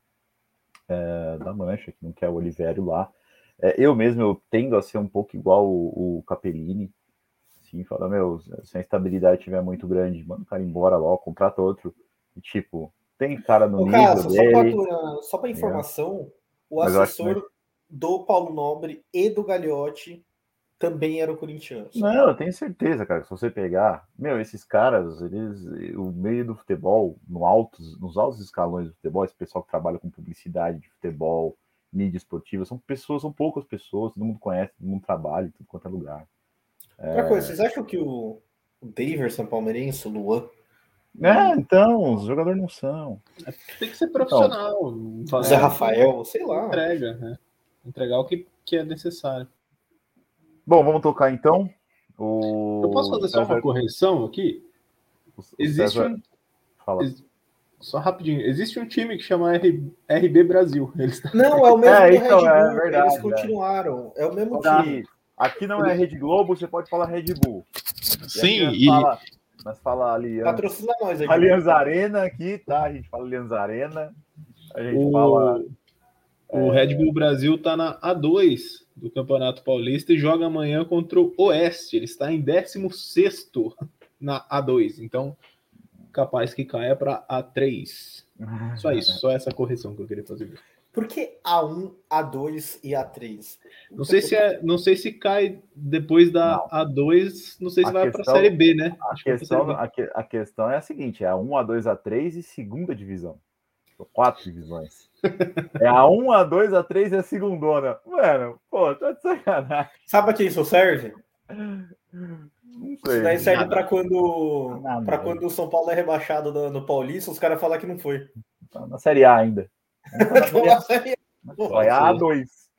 A: é, da Mancha, que não quer o Olivério lá. É, eu mesmo eu tendo a ser um pouco igual o, o Capellini, assim, fala, meu, se a instabilidade estiver muito grande, manda o cara embora logo, contrata outro. E, tipo, tem cara no
C: Ô,
A: nível
C: Cássio,
A: dele.
C: só para informação, o
A: Mas eu acho que
C: assessor do Paulo Nobre e do Gagliotti também era o corintiano.
A: Não, eu tenho certeza, cara, se você pegar, meu, esses caras, eles, o meio do futebol, no altos, nos altos escalões do futebol, esse pessoal que trabalha com publicidade de futebol, mídia esportiva, são pessoas, são poucas pessoas, todo mundo conhece, todo mundo trabalha em tudo quanto é lugar.
C: Outra
A: É...
C: coisa, vocês acham que o, o Daverson palmeirense, o Luan...
A: É, então, os jogadores não são.
B: Tem que ser profissional.
C: Então, o Zé Rafael, sei lá.
B: Entrega, né? Entregar o que, que é necessário.
A: Bom, vamos tocar então. O...
B: Eu posso fazer só uma correção aqui?
A: O, o
B: Existe
A: César...
B: um...
A: Fala.
B: Só rapidinho. Existe um time que chama R... R B Brasil. Eles...
C: Não, é o mesmo
A: é,
C: do
A: então,
C: Red Bull.
A: É verdade,
C: eles continuaram. É, é o mesmo
A: Só
C: time.
A: Aqui não é Rede Globo, você pode falar Red Bull.
B: Sim,
A: e... Fala... Mas fala Allianz.
C: Patrocina nós aqui.
A: Allianz Arena aqui, tá? A gente fala Allianz Arena. A gente
B: o...
A: fala.
B: O é... Red Bull Brasil tá na A dois do Campeonato Paulista e joga amanhã contra o Oeste. Ele está em décimo sexto na A dois. Então, capaz que caia para A três. Só isso, só essa correção que eu queria fazer.
C: Por que A um, A dois e A três?
B: Não sei se é, não sei se cai depois da não. A dois, não sei se a vai para a Série B, né?
A: A
B: Acho
A: questão,
B: que
A: a, que, a questão é a seguinte: é a um, A dois, A três e segunda divisão. São quatro divisões. É a um, A dois, A três e a segundona. Mano, pô, tá de sacanagem.
C: Sabe pra que isso serve?
A: Não sei.
C: Isso daí serve para quando, para quando o São Paulo é rebaixado no, no Paulista, os caras falam que não foi.
A: Tá na Série A ainda.
C: Tá na série A.
A: Vai a dois.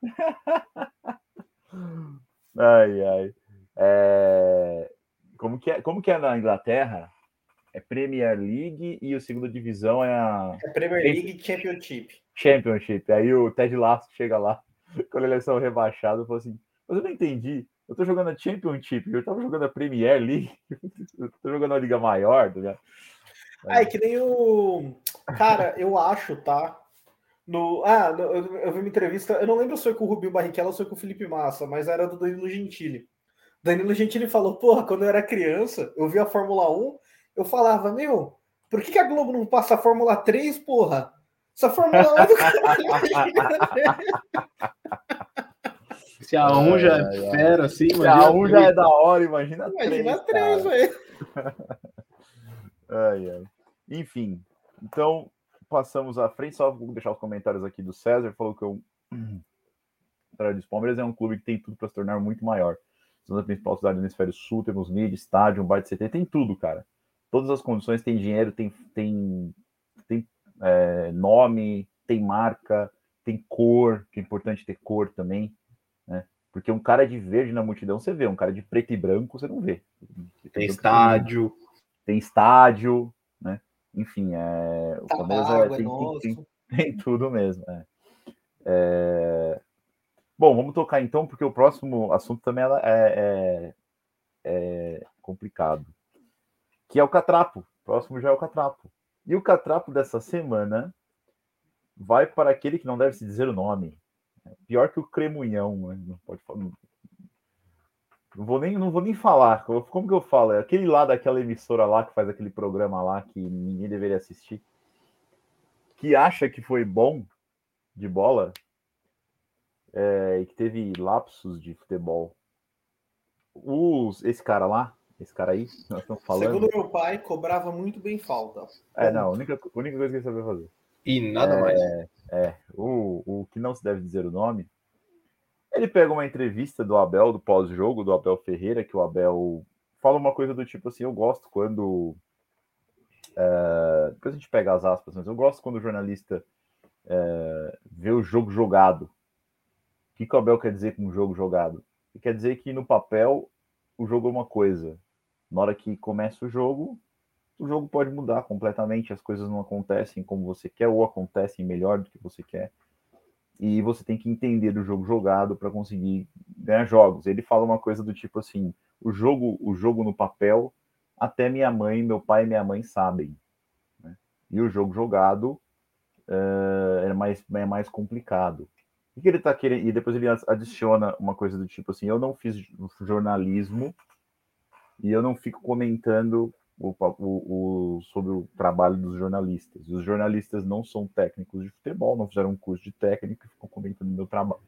A: Ai, ai. É... Como, que é, como que é na Inglaterra? É Premier League e a segunda divisão é a...
C: É Premier League e Championship.
A: Championship. Aí o Ted Lasso chega lá, quando eles são rebaixados, e fala assim, mas eu não entendi. Eu tô jogando a Championship, eu tava jogando a Premier League, eu tô jogando a Liga Maior, tá ligado?
C: Ah, é que nem o... Cara, eu acho, tá? No... Ah, no... eu vi uma entrevista, eu não lembro se foi com o Rubinho Barrichello ou se foi com o Felipe Massa, mas era do Danilo Gentili. Danilo Gentili falou, porra, quando eu era criança, eu vi a Fórmula um, eu falava, meu, por que, que a Globo não passa a Fórmula três, porra? Essa Fórmula um é do caralho.
B: Se a um já é, é fera, assim,
A: se a um já é da hora, imagina,
C: imagina
A: três,
C: três, velho.
A: Ai, ai. Enfim, então passamos à frente. Só vou deixar os comentários aqui do César. Falou que o Palmeiras é um clube que tem tudo para se tornar muito maior. Somos a principal cidade do Hemisfério Sul, temos mídia, estádio, um bar de C T, tem tudo, cara. Todas as condições, tem dinheiro, tem, tem, tem é, nome, tem marca, tem cor, que é importante ter cor também, né? Porque um cara de verde na multidão você vê, um cara de preto e branco você não vê.
B: Tem estádio.
A: Tem estádio, né? Enfim, é, o
C: tá
A: Palmeiras
C: água,
A: é, tem,
C: é
A: tem, tem, tem tudo mesmo. É. É... Bom, vamos tocar então, porque o próximo assunto também é, é, é complicado, que é o Catrapo. O próximo já é o Catrapo. E o Catrapo dessa semana vai para aquele que não deve se dizer o nome. Pior que o Cremunhão, né? Não pode falar. Não vou, nem, não vou nem falar. Como que eu falo? É aquele lá daquela emissora lá que faz aquele programa lá que ninguém deveria assistir, que acha que foi bom de bola é, e que teve lapsos de futebol. Os, esse cara lá, esse cara aí, nós estamos falando.
C: Segundo meu pai, cobrava muito bem falta.
A: É, não, a única, a única coisa que ele sabia fazer.
B: E nada
A: é,
B: mais.
A: É, o, o que não se deve dizer o nome. Ele pega uma entrevista do Abel, do pós-jogo, do Abel Ferreira, que o Abel fala uma coisa do tipo assim: eu gosto quando. É, depois a gente pega as aspas, mas eu gosto quando o jornalista é, vê o jogo jogado. O que, que o Abel quer dizer com um jogo jogado? Ele quer dizer que no papel o jogo é uma coisa. Na hora que começa o jogo, o jogo pode mudar completamente, as coisas não acontecem como você quer ou acontecem melhor do que você quer. E você tem que entender do jogo jogado para conseguir ganhar jogos. Ele fala uma coisa do tipo assim: o jogo, o jogo no papel, até minha mãe, meu pai e minha mãe sabem. Né? E o jogo jogado uh, é, mais, é mais complicado. O que ele tá querendo? E depois ele adiciona uma coisa do tipo assim: eu não fiz jornalismo e eu não fico comentando o, o, o, sobre o trabalho dos jornalistas. Os jornalistas não são técnicos de futebol, não fizeram um curso de técnico e ficam comentando o meu trabalho.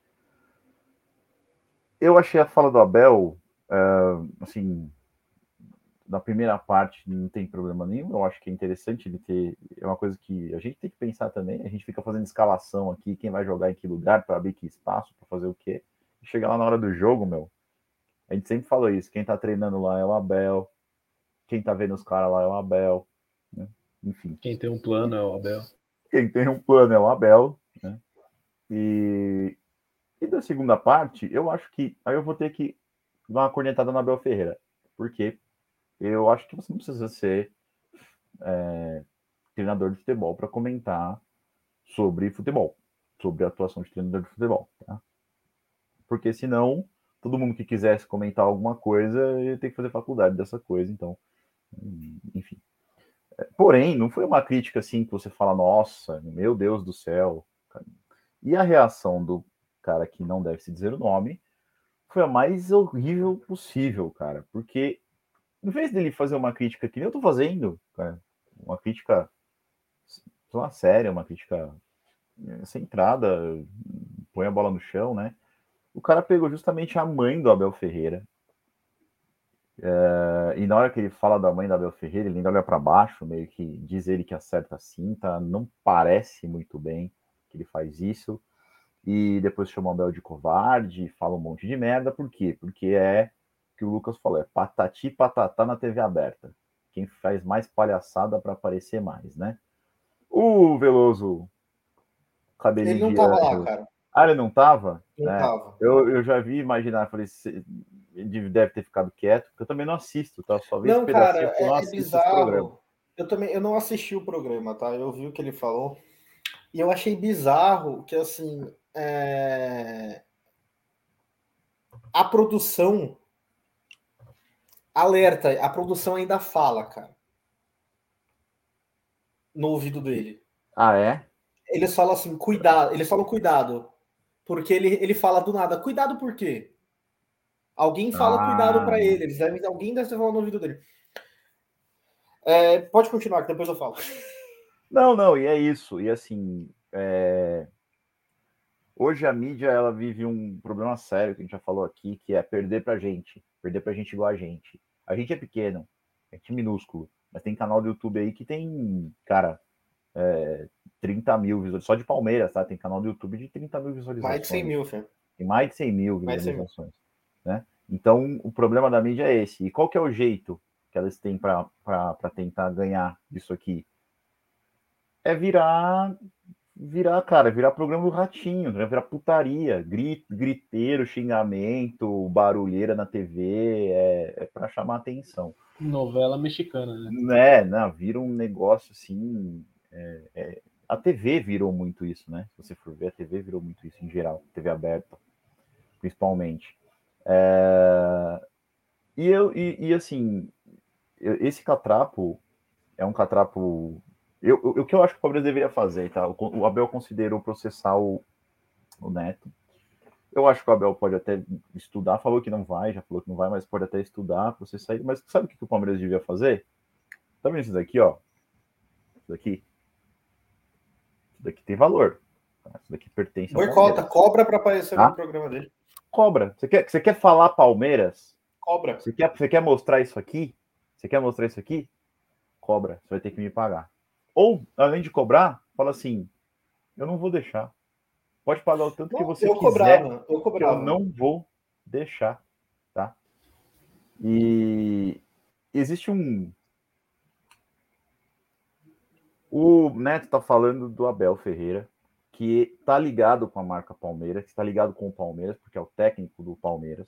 A: Eu achei a fala do Abel, uh, assim, na primeira parte não tem problema nenhum, eu acho que é interessante ele ter, é uma coisa que a gente tem que pensar também, a gente fica fazendo escalação aqui, quem vai jogar em que lugar, para abrir que espaço, para fazer o quê, e chegar lá na hora do jogo, meu, a gente sempre falou isso, quem tá treinando lá é o Abel, quem tá vendo os caras lá é o Abel, né? Enfim.
B: Quem tem um plano é o Abel.
A: Quem tem um plano é o Abel, né? E, e da segunda parte, eu acho que aí eu vou ter que dar uma cornetada no Abel Ferreira, porque eu acho que você não precisa ser é, treinador de futebol para comentar sobre futebol, sobre a atuação de treinador de futebol, tá? Porque senão todo mundo que quisesse comentar alguma coisa ia ter que fazer faculdade dessa coisa, então, enfim. Porém, não foi uma crítica assim que você fala, nossa, meu Deus do céu. E a reação do cara que não deve se dizer o nome foi a mais horrível possível, cara. Porque, em vez dele fazer uma crítica que nem eu tô fazendo, cara, uma crítica uma séria, uma crítica centrada, põe a bola no chão, né? O cara pegou justamente a mãe do Abel Ferreira. É, e na hora que ele fala da mãe do Abel Ferreira, ele ainda olha para baixo, meio que diz ele que acerta a cinta, não parece muito bem que ele faz isso. E depois chama o Abel de covarde, fala um monte de merda. Por quê? Porque é o que o Lucas falou, é patati patatá na T V aberta. Quem faz mais palhaçada para aparecer mais, né? O Veloso, cabelinho
C: Ele não
A: de
C: tava
A: anjo.
C: lá, cara.
A: Ah, ele não tava?
C: Não
A: É.
C: tava.
A: Eu, eu já vi imaginar, falei, ele deve ter ficado quieto, porque eu também não assisto, tá? Só vi
C: Não,
A: esse pedacinho,
C: cara,
A: porque eu não
C: é, é
A: assisto esse programa.
C: bizarro. Eu também eu não assisti o programa, tá? Eu vi o que ele falou. E eu achei bizarro que, assim, é... a produção alerta, a produção ainda fala, cara, no ouvido dele.
A: Ah, é?
C: Eles falam assim, cuidado, eles falam cuidado, porque ele, ele fala do nada, cuidado por quê? Alguém fala cuidado
A: Ah,
C: para ele, eles devem, alguém deve falar no ouvido dele. É, pode continuar, que depois eu falo.
A: não, não, e é isso. E assim, é... Hoje a mídia, ela vive um problema sério, que a gente já falou aqui, que é perder pra gente. Perder pra gente igual a gente. A gente é pequeno, a gente é minúsculo, mas tem canal do YouTube aí que tem, cara, é, trinta mil visualizações. Só de Palmeiras, tá? Tem canal do YouTube de trinta mil visualizações.
C: Mais de cem mil, filho.
A: Tem mais de cem mil visualizações. Né? Então, o problema da mídia é esse. E qual que é o jeito que elas têm para tentar ganhar disso aqui? É virar, virar, cara, virar programa do Ratinho, né? Virar putaria, grito, griteiro, xingamento, barulheira na T V, é, é para chamar atenção.
B: Novela mexicana, né?
A: Né, não, vira um negócio assim. É, é, a T V virou muito isso, né? Se você for ver, a T V virou muito isso em geral, T V aberta, principalmente. É, e, eu, e, e assim, esse catrapo é um catrapo. Eu, eu, o que eu acho que o Palmeiras deveria fazer, tá? O, o Abel considerou processar o, o Neto. Eu acho que o Abel pode até estudar, falou que não vai, já falou que não vai, mas pode até estudar, processar. Mas sabe o que, que o Palmeiras devia fazer? Tá vendo isso daqui, ó? Isso daqui. Isso daqui tem valor. Tá? Isso daqui pertence ao
C: Boicota, cobra para aparecer ah? no programa dele.
A: Cobra. Você quer, você quer falar Palmeiras?
C: Cobra.
A: Você quer, você quer mostrar isso aqui? Você quer mostrar isso aqui? Cobra. Você vai ter que me pagar. Ou, além de cobrar, fala assim, eu não vou deixar. Pode pagar o tanto
C: não,
A: que você
C: eu
A: quiser,
C: cobrava, eu cobrava.
A: eu não vou deixar, tá? E existe um... O Neto tá falando do Abel Ferreira, que tá ligado com a marca Palmeiras, que está ligado com o Palmeiras, porque é o técnico do Palmeiras.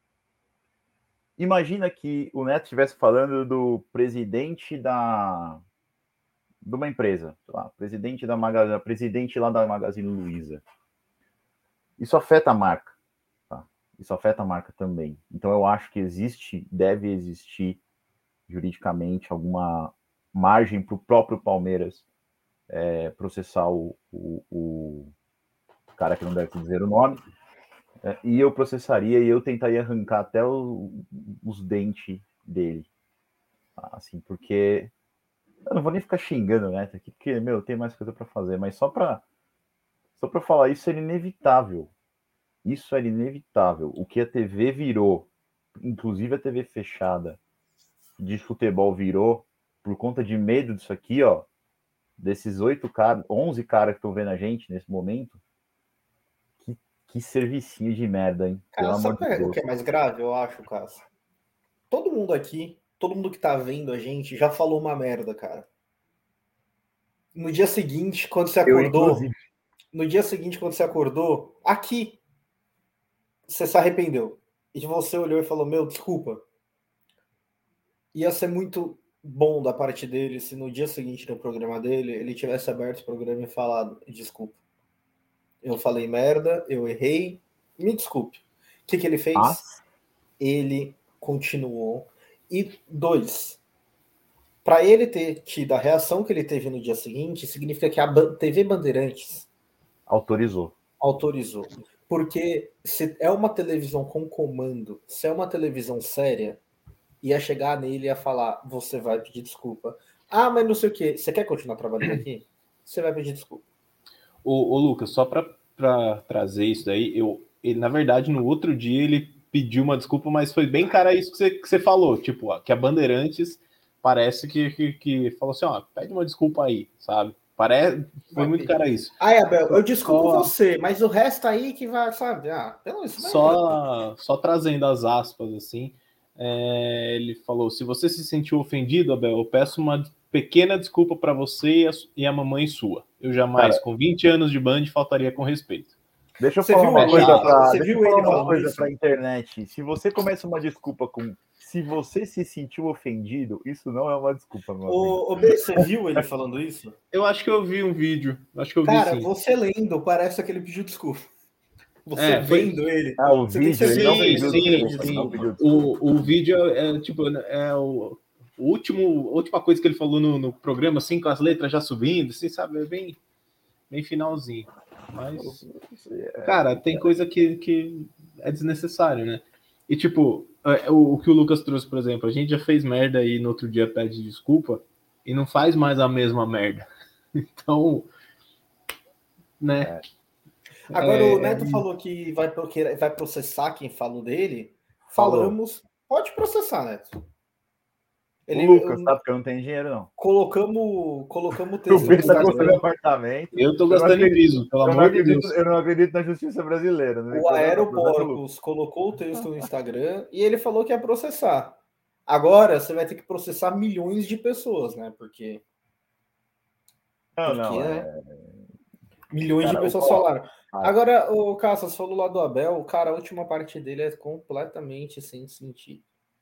A: Imagina que o Neto estivesse falando do presidente da... de uma empresa, sei lá, presidente da Magazine, presidente lá da Magazine Luiza. Isso afeta a marca, tá? Isso afeta a marca também. Então eu acho que existe, deve existir juridicamente alguma margem para o próprio Palmeiras é, processar o, o, o cara que não deve dizer o nome, é, e eu processaria e eu tentaria arrancar até o, os dentes dele, assim, porque eu não vou nem ficar xingando, né, aqui, porque, meu, tem mais coisa para fazer, mas só para só para falar isso era inevitável. Isso era inevitável. O que a T V virou, inclusive a T V fechada de futebol virou, por conta de medo disso aqui, ó, desses oito caras, onze caras que estão vendo a gente nesse momento, que, que servicinho de merda, hein?
C: Cara,
A: Pelo amor
C: sabe
A: de Deus.
C: O que é mais grave, eu acho, Cássio? Todo mundo aqui, todo mundo que tá vendo a gente já falou uma merda, cara. No dia seguinte, quando você acordou, eu, no dia seguinte, quando você acordou, aqui, você se arrependeu. E você olhou e falou, meu, desculpa. Ia ser muito bom da parte dele se no dia seguinte no programa dele, ele tivesse aberto o programa e falado, desculpa. Eu falei merda, eu errei, me desculpe. O que, que ele fez? Ah. Ele continuou. E dois, para ele ter tido a reação que ele teve no dia seguinte, significa que a T V Bandeirantes
A: autorizou.
C: Autorizou. Porque se é uma televisão com comando, se é uma televisão séria, ia chegar nele e ia falar, você vai pedir desculpa. Ah, mas não sei o quê. Você quer continuar trabalhando aqui? Você vai pedir desculpa.
B: Ô, ô Lucas, só para trazer isso daí, eu, ele, na verdade, no outro dia ele pediu uma desculpa, mas foi bem cara isso que você, que você falou, tipo, ó, que a Bandeirantes parece que, que, que falou assim, ó, pede uma desculpa aí, sabe? Parece, foi muito cara isso.
C: Ah, Abel, eu desculpo só, você, mas o resto aí que vai, sabe? Ah, pelo isso
B: só, só trazendo as aspas, assim, é, ele falou, se você se sentiu ofendido, Abel, eu peço uma pequena desculpa para você e a, e a mamãe sua. Eu jamais, cara, com vinte anos de Band, faltaria com respeito.
A: Deixa eu você falar uma coisa para deixa eu falar uma coisa para a internet. Se você começa uma desculpa com se você se sentiu ofendido, isso não é uma desculpa, meu
C: ô, ô, B, você viu ele falando isso?
B: Eu acho que eu vi um vídeo. Acho que eu
C: Cara,
B: vi, sim.
C: Você lendo, parece que ele pediu desculpa. Você
B: é,
C: vendo
B: foi...
C: ele.
A: Ah, o vídeo,
C: sim,
A: ele não pediu
B: sim,
A: desculpa,
B: sim.
A: Não pediu desculpa.
B: O, o vídeo é, é tipo, é o, o último, a última coisa que ele falou no, no programa, assim, com as letras já subindo, assim, sabe? É bem, bem finalzinho. Mas, cara, tem coisa que, que é desnecessário, né? E, tipo, o, o que o Lucas trouxe, por exemplo, a gente já fez merda e no outro dia pede desculpa e não faz mais a mesma merda. Então, né?
C: É. Agora
B: É,
C: o Neto
B: é...
C: falou que vai, vai processar quem falou dele. Falamos. Falou. Pode processar, Neto.
A: Ele, o Lucas, eu, tá? Porque eu não tenho dinheiro, não.
C: Colocamos, colocamos o
A: texto. O B tá construindo apartamento.
B: Eu tô gastando em piso, pelo
A: eu
B: amor de Deus.
A: Eu não acredito na justiça brasileira.
C: Não o Aeroporcos colocou o texto no Instagram e ele falou que ia processar. Agora você vai ter que processar milhões de pessoas, né? Porque.
A: Não, Porque, não. É...
C: Né? Milhões cara, de pessoas falaram. Agora, o Cassas falou lá do Abel, cara, a última parte dele é completamente sem sentido.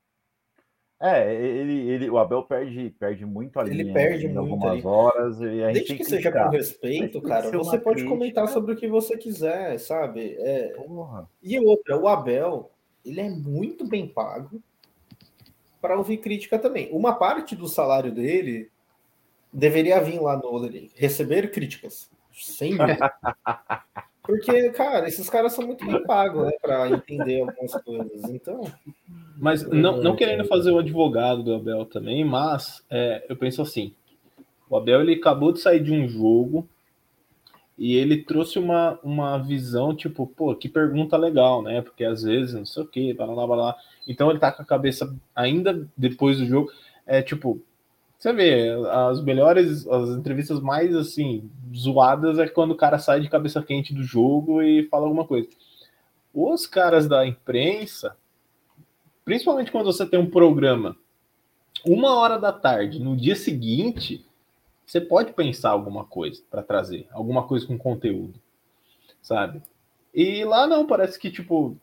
A: É, ele, ele, o Abel perde, perde muito a linha
C: ele perde
A: em
C: muito
A: algumas
C: ali.
A: horas. E a gente
C: Desde
A: tem
C: que,
A: que
C: seja com respeito, cara, você pode
A: crítica.
C: comentar sobre o que você quiser, sabe? É...
A: Porra.
C: E outra, o Abel, ele é muito bem pago para ouvir crítica também. Uma parte do salário dele deveria vir lá no receber críticas, sem dúvida. Porque, cara, esses caras são muito bem pagos, né, para entender algumas coisas. Então.
B: Mas não, não querendo fazer o advogado do Abel também, mas é, eu penso assim: o Abel ele acabou de sair de um jogo e ele trouxe uma, uma visão tipo, pô, que pergunta legal, né? Porque às vezes não sei o que, blá blá blá. Então ele tá com a cabeça ainda depois do jogo, é tipo. Você vê, as melhores, as entrevistas mais, assim, zoadas é quando o cara sai de cabeça quente do jogo e fala alguma coisa. Os caras da imprensa, principalmente quando você tem um programa uma hora da tarde, no dia seguinte, você pode pensar alguma coisa para trazer, alguma coisa com conteúdo, sabe? E lá não, parece que, tipo,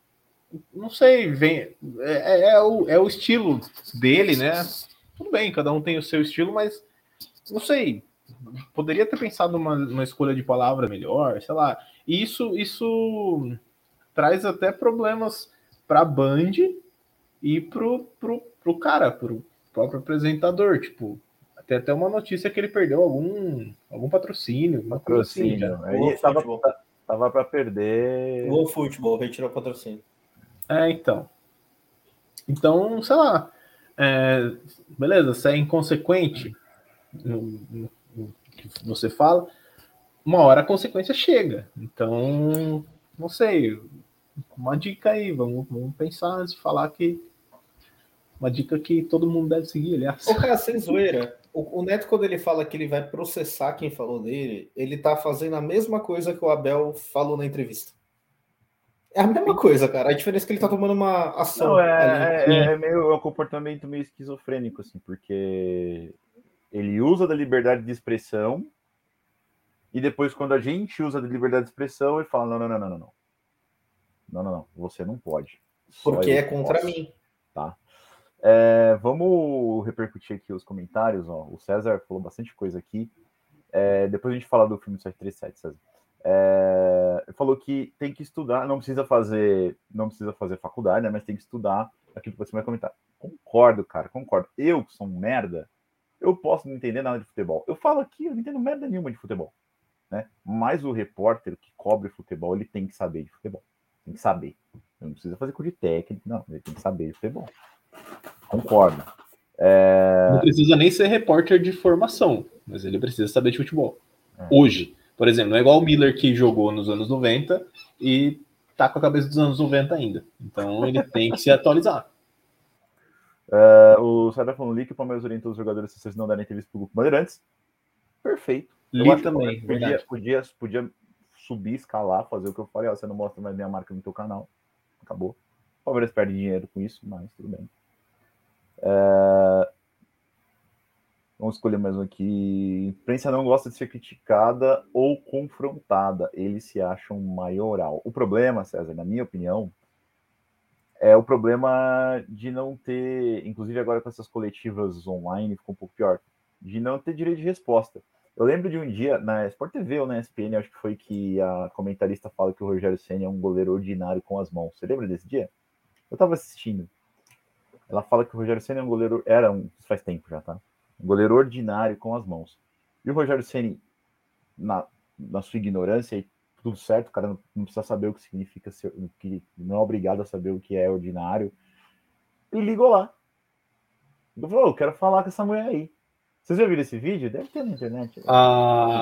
B: não sei, vem, é, é, o, é o estilo dele, né? Tudo bem, cada um tem o seu estilo, mas não sei, poderia ter pensado numa, numa escolha de palavra melhor, sei lá. E isso, isso traz até problemas para a Band e pro, pro, pro cara, pro próprio apresentador. Tipo, até até uma notícia que ele perdeu algum, algum patrocínio, alguma
A: patrocínio.
B: coisa assim.
A: Aí tava, tava para perder.
C: O futebol retirou o patrocínio.
B: É, então. Então, sei lá. É, beleza, você é inconsequente no, no, no que você fala, uma hora a consequência chega. Então, não sei. Uma dica aí, vamos, vamos pensar antes de falar que. Uma dica que todo mundo deve seguir, aliás.
C: Ô, cara, sem zoeira. O, o Neto, quando ele fala que ele vai processar quem falou dele, ele tá fazendo a mesma coisa que o Abel falou na entrevista. É a mesma coisa, cara. A diferença é que ele tá tomando uma ação.
A: Não, é,
C: ali.
A: É, é, meio, é um comportamento meio esquizofrênico, assim, porque ele usa da liberdade de expressão e depois, quando a gente usa da liberdade de expressão, ele fala: não, não, não, não, não. Não, não, não. Você não pode.
C: Só porque é contra posso. mim.
A: Tá. É, vamos repercutir aqui os comentários. Ó. O César falou bastante coisa aqui. É, depois a gente fala do filme sete três sete, César. É, falou que tem que estudar, não precisa fazer, não precisa fazer faculdade, né, mas tem que estudar aquilo que você vai comentar. Concordo, cara, concordo. Eu, que sou um merda, eu posso não entender nada de futebol. Eu falo aqui, eu não entendo merda nenhuma de futebol, né? Mas o repórter que cobre futebol, ele tem que saber de futebol. Tem que saber. Não precisa fazer curso de técnico, não. Ele tem que saber de futebol. Concordo. É...
B: Não precisa nem ser repórter de formação, mas ele precisa saber de futebol. É. Hoje. Por exemplo, não é igual o Miller que jogou nos anos noventa e tá com a cabeça dos anos noventa ainda. Então ele tem que se atualizar.
A: Uh, o César falando ali que o Palmeiras orientou os jogadores se vocês não darem entrevista pro Grupo Bandeirantes. Perfeito.
B: Li eu também.
A: Que podia, podia, podia subir, escalar, fazer o que eu falei. Ó, você não mostra mais minha marca no teu canal. Acabou. O Palmeiras perde dinheiro com isso, mas tudo bem. Uh, Vamos escolher mais um aqui. A imprensa não gosta de ser criticada ou confrontada. Eles se acham maioral. O problema, César, na minha opinião, é o problema de não ter, inclusive agora com essas coletivas online, ficou um pouco pior, de não ter direito de resposta. Eu lembro de um dia, na Sport T V ou na E S P N, acho que foi que a comentarista fala que o Rogério Ceni é um goleiro ordinário com as mãos. Você lembra desse dia? Eu tava assistindo. Ela fala que o Rogério Ceni é um goleiro... Era um... Isso faz tempo já, tá? Um goleiro ordinário com as mãos. E o Rogério Ceni, na, na sua ignorância, e tudo certo, o cara não, não precisa saber o que significa ser, que não é obrigado a saber o que é ordinário. E ligou lá. Eu falei, eu quero falar com essa mulher aí. Vocês já viram esse vídeo? Deve ter na internet.
B: A,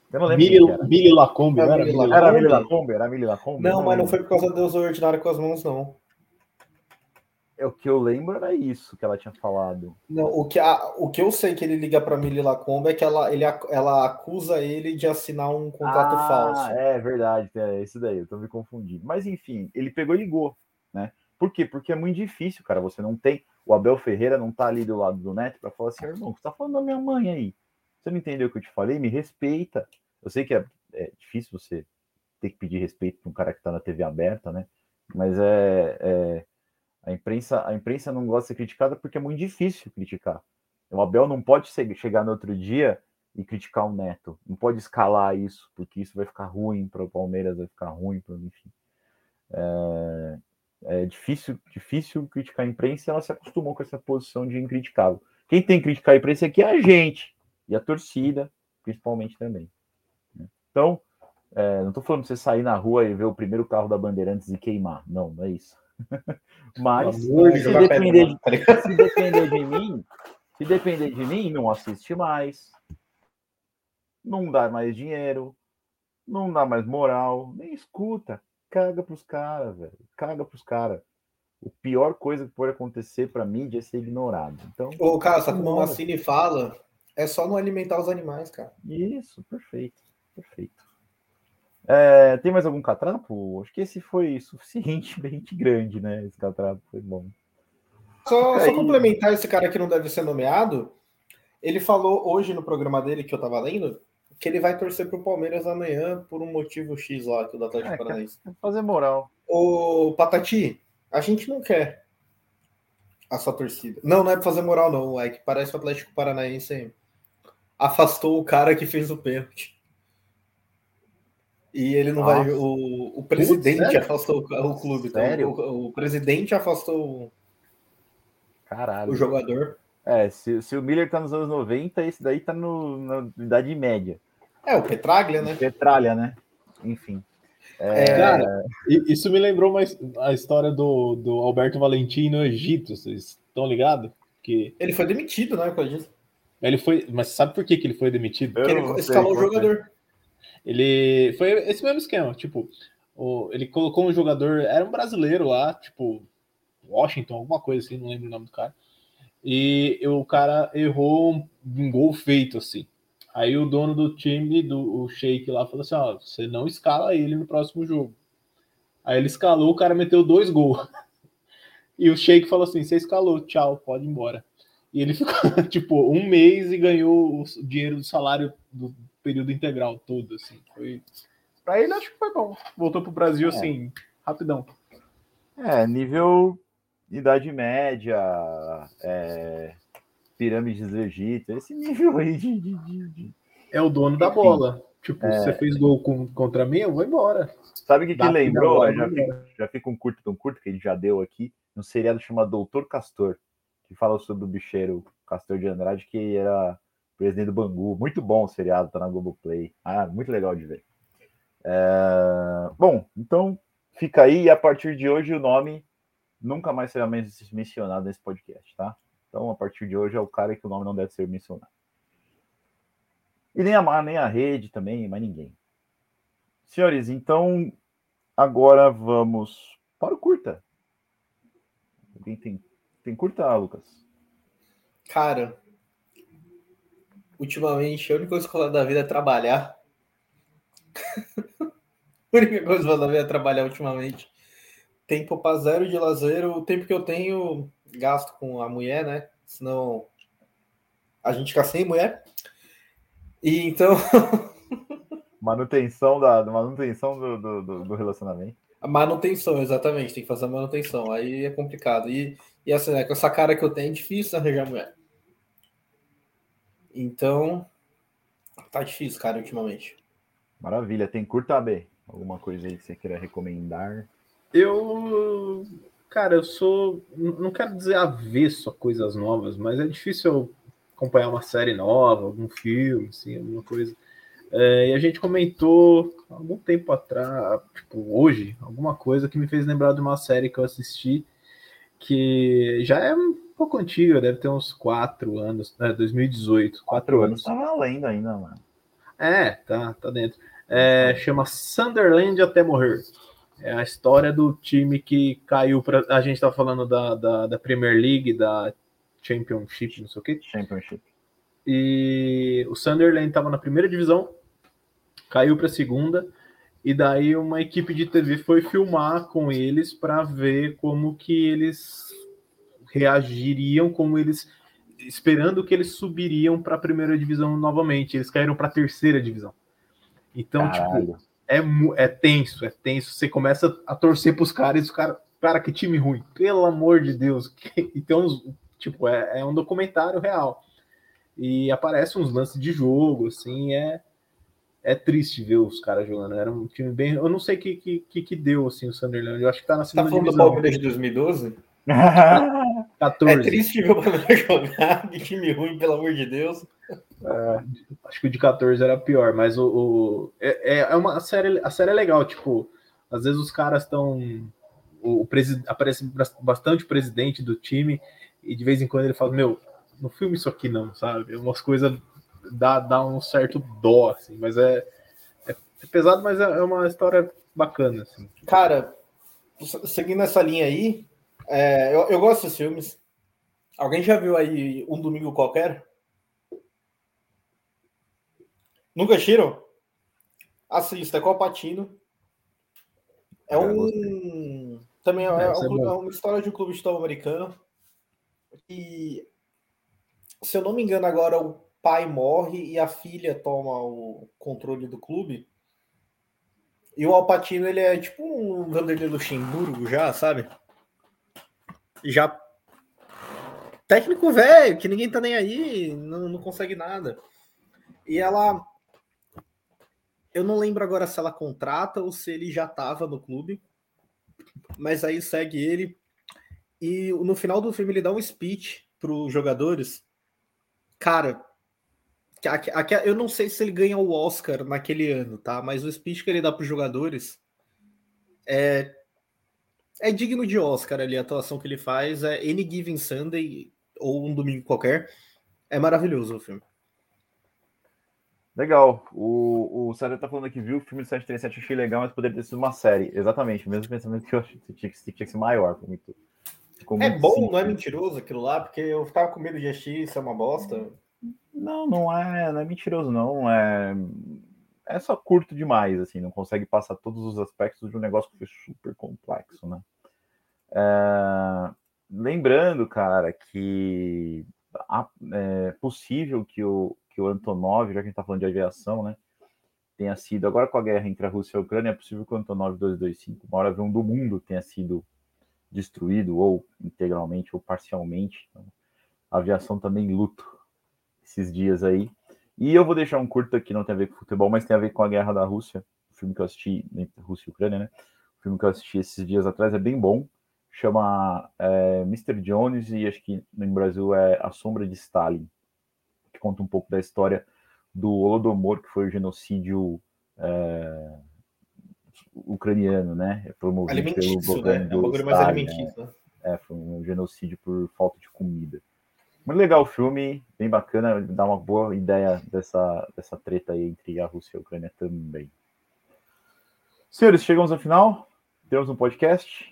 A: Eu não lembro quem que era.
B: Mili Lacombe, não era?
C: Mili
B: Mili
A: Era a
C: Lacombe?
A: Mili Lacombe? Era a Mili Lacombe?
C: Não, mas não
A: lembro.
C: foi por causa do uso ordinário com as mãos, não.
A: É, o que eu lembro era isso que ela tinha falado.
C: Não, o que, a, o que eu sei que ele liga para Mili Lacombe é que ela, ele, ela acusa ele de assinar um contrato
A: ah,
C: falso.
A: É verdade, é isso daí, eu tô me confundindo. Mas enfim, ele pegou e ligou, né? Por quê? Porque é muito difícil, cara. Você não tem. O Abel Ferreira não tá ali do lado do Neto para falar assim, irmão, você tá falando da minha mãe aí. Você não entendeu o que eu te falei? Me respeita. Eu sei que é, é difícil você ter que pedir respeito para um cara que tá na T V aberta, né? Mas é, é a imprensa, a imprensa não gosta de ser criticada porque é muito difícil criticar. O Abel não pode chegar no outro dia e criticar o Neto. Não pode escalar isso, porque isso vai ficar ruim para o Palmeiras, vai ficar ruim para enfim. É, é difícil, difícil criticar a imprensa e ela se acostumou com essa posição de incriticável. Quem tem que criticar a imprensa aqui é a gente e a torcida, principalmente também. Então, é, não estou falando para você sair na rua e ver o primeiro carro da Bandeirantes e queimar. Não, não é isso. Mas se depender, de, se depender de mim, se depender de mim, não assiste mais, não dá mais dinheiro, não dá mais moral, nem escuta. Caga pros caras, velho. Caga pros caras. A pior coisa que pode acontecer pra mídia é ser ignorado. Então,
C: ô, cara, sabe como o Massini fala? É só não alimentar os animais, cara.
A: Isso, perfeito. Perfeito. É, tem mais algum catrapo? Acho que esse foi suficientemente grande, né? Esse catrapo foi bom.
C: Só, só complementar esse cara que não deve ser nomeado. Ele falou hoje no programa dele, que eu tava lendo, que ele vai torcer pro Palmeiras amanhã por um motivo X lá, que o do Atlético
A: é,
C: Paranaense.
A: Fazer moral.
C: Ô, Patati, a gente não quer a sua torcida. Não, não é pra fazer moral, não. É que parece que o Atlético Paranaense afastou o cara que fez o pênalti. E ele não Nossa. vai. O, o presidente Putz, afastou o, o clube. Sério? Então, o, o presidente afastou
A: Caralho.
C: o jogador.
A: É, se, se o Miller tá nos anos noventa, esse daí tá no, na Idade Média.
C: É, o Petraglia, né?
A: Petralha, né? Enfim.
B: É... Cara, isso me lembrou mais a história do, do Alberto Valentim no Egito, vocês estão ligados? Que...
C: Ele foi demitido, né? Por isso.
B: Ele foi, mas sabe por que, que ele foi demitido?
C: Porque ele escalou o jogador.
B: Ele foi esse mesmo esquema, tipo, o, ele colocou um jogador, era um brasileiro lá, tipo, Washington, alguma coisa assim, não lembro o nome do cara. E o cara errou um gol feito, assim. Aí o dono do time, do o Sheik lá, falou assim, ó, você não escala ele no próximo jogo. Aí ele escalou, o cara meteu dois gols. E o Sheik falou assim, você escalou, tchau, pode ir embora. E ele ficou, tipo, um mês e ganhou o dinheiro do salário do período integral todo, assim. Foi... Pra ele, acho que foi bom. Voltou pro Brasil, é. assim, rapidão.
A: É, nível Idade Média, é, pirâmides do Egito, esse nível aí de... de, de, de...
B: É o dono da bola. Tipo, é... você fez gol com, contra mim, eu vou embora.
A: Sabe o que, que lembrou? Bola, já, fica, já fica um curto, tão curto, que ele já deu aqui, um seriado chamado Doutor Castor, que fala sobre o bicheiro Castor de Andrade, que era presidente do Bangu. Muito bom o seriado, tá na Globoplay. Ah, muito legal de ver. É... Bom, então fica aí, e a partir de hoje o nome nunca mais será mencionado nesse podcast, tá? Então, a partir de hoje é o cara que o nome não deve ser mencionado. E nem a, nem a rede também, mais ninguém. Senhores, então, agora vamos para o curta. Alguém tem, tem curta, Lucas?
C: Cara, ultimamente, a única coisa que eu falo da vida é trabalhar. A única coisa que eu falo da vida é trabalhar ultimamente. Tempo para zero de lazer, o tempo que eu tenho gasto com a mulher, né? Senão a gente fica sem mulher. E então.
A: Manutenção da manutenção do, do, do relacionamento.
C: A manutenção, exatamente, tem que fazer a manutenção. Aí é complicado. E, e assim, né, com essa cara que eu tenho, é difícil arranjar mulher. Então, tá difícil, cara, ultimamente.
A: Maravilha. Tem curta, B? Alguma coisa aí que você queira recomendar?
B: Eu, cara, eu sou, não quero dizer avesso a coisas novas, mas é difícil eu acompanhar uma série nova, algum filme, assim, alguma coisa. É, e a gente comentou algum tempo atrás, tipo, hoje, alguma coisa que me fez lembrar de uma série que eu assisti, que já é um pouco antiga, deve ter uns quatro anos, né, dois mil e dezoito.
A: Quatro anos tá valendo ainda, mano.
B: É, tá, tá dentro. É, chama Sunderland até morrer. É a história do time que caiu para. A gente tá falando da, da, da Premier League, da Championship, não sei o quê.
A: Championship.
B: E o Sunderland estava na primeira divisão, caiu para a segunda, e daí uma equipe de T V foi filmar com eles para ver como que eles reagiriam, como eles esperando que eles subiriam para a primeira divisão novamente. Eles caíram para a terceira divisão. Então,
A: Caralho.
B: tipo, é, é tenso, é tenso. Você começa a torcer para os caras e os caras, cara, que time ruim, pelo amor de Deus. Então, tipo, é, é um documentário real. E aparece uns lances de jogo, assim, é, é triste ver os caras jogando. Era um time bem. Eu não sei o que, que, que deu assim, o Sunderland. Eu acho que tá na
C: Você tá
B: segunda
C: falando do
B: divisão.
C: Palmeiras de dois mil e doze?
B: quatorze.
C: É triste ver o Palmeiras jogar, que time ruim, pelo amor de Deus.
B: É, acho que o de quatorze era pior, mas o, o é, é uma série, a série é legal, tipo, às vezes os caras estão o, o presid, aparece bastante o presidente do time e de vez em quando ele fala, meu, não filme isso aqui não, sabe? Umas coisas dá, dá um certo dó, assim, mas é, é, é pesado, mas é, é uma história bacana, assim.
C: Cara, seguindo essa linha aí, é, eu, eu gosto desses filmes. Alguém já viu aí Um Domingo Qualquer? Nunca assistiram? Assista, é com o Al Pacino. É
A: Já
C: um.
A: gostei.
C: Também é,
B: É,
C: é
B: isso é
C: um- é
B: bom.
C: uma história de um clube de futebol americano. E, se eu não me engano, agora o pai morre e a filha toma o controle do clube. E o Al Pacino, ele é tipo um Vanderlei Luxemburgo já, sabe? Já técnico velho, que ninguém tá nem aí, não, não consegue nada. E ela. Eu não lembro agora se ela contrata ou se ele já tava no clube. Mas aí segue ele. E no final do filme ele dá um speech pros jogadores. Cara, eu não sei se ele ganha o Oscar naquele ano, tá? Mas o speech que ele dá pros jogadores é, é digno de Oscar ali. A atuação que ele faz é Any Given Sunday ou Um Domingo Qualquer. É maravilhoso o filme.
A: Legal. O, o Sérgio tá falando aqui, viu? O filme do sete três sete achei legal, mas poderia ter sido uma série. Exatamente, o mesmo pensamento que eu achei que tinha que, tinha que ser maior. Ficou muito, ficou
C: É
A: muito
C: bom,
A: simples.
C: não é mentiroso aquilo lá, porque eu tava com medo de assistir, isso é uma bosta.
A: Não, não é, não é mentiroso, não. É, é só curto demais, assim, não consegue passar todos os aspectos de um negócio que foi super complexo, né? É, lembrando, cara, que é possível que o, que o Antonov, já que a gente tá falando de aviação, né, tenha sido, agora com a guerra entre a Rússia e a Ucrânia, é possível que o Antonov dois dois cinco, o maior avião do mundo, tenha sido destruído, ou integralmente, ou parcialmente. Então, a aviação também luto esses dias aí. E eu vou deixar um curto aqui, não tem a ver com futebol, mas tem a ver com a guerra da Rússia, o filme que eu assisti, entre Rússia e Ucrânia, né? O filme que eu assisti esses dias atrás é bem bom, chama é, mister Jones, e acho que no Brasil é A Sombra de Stalin, que conta um pouco da história do Holodomor, que foi o genocídio é, ucraniano, né? Promovido pelo
C: Alimentício,
A: governo
C: né? É um
A: do
C: bagulho mais
A: Stalin, né?
C: alimentício, né?
A: É, foi um genocídio por falta de comida. Muito legal o filme, bem bacana, dá uma boa ideia dessa, dessa treta aí entre a Rússia e a Ucrânia também. Senhores, chegamos ao final. Temos um podcast.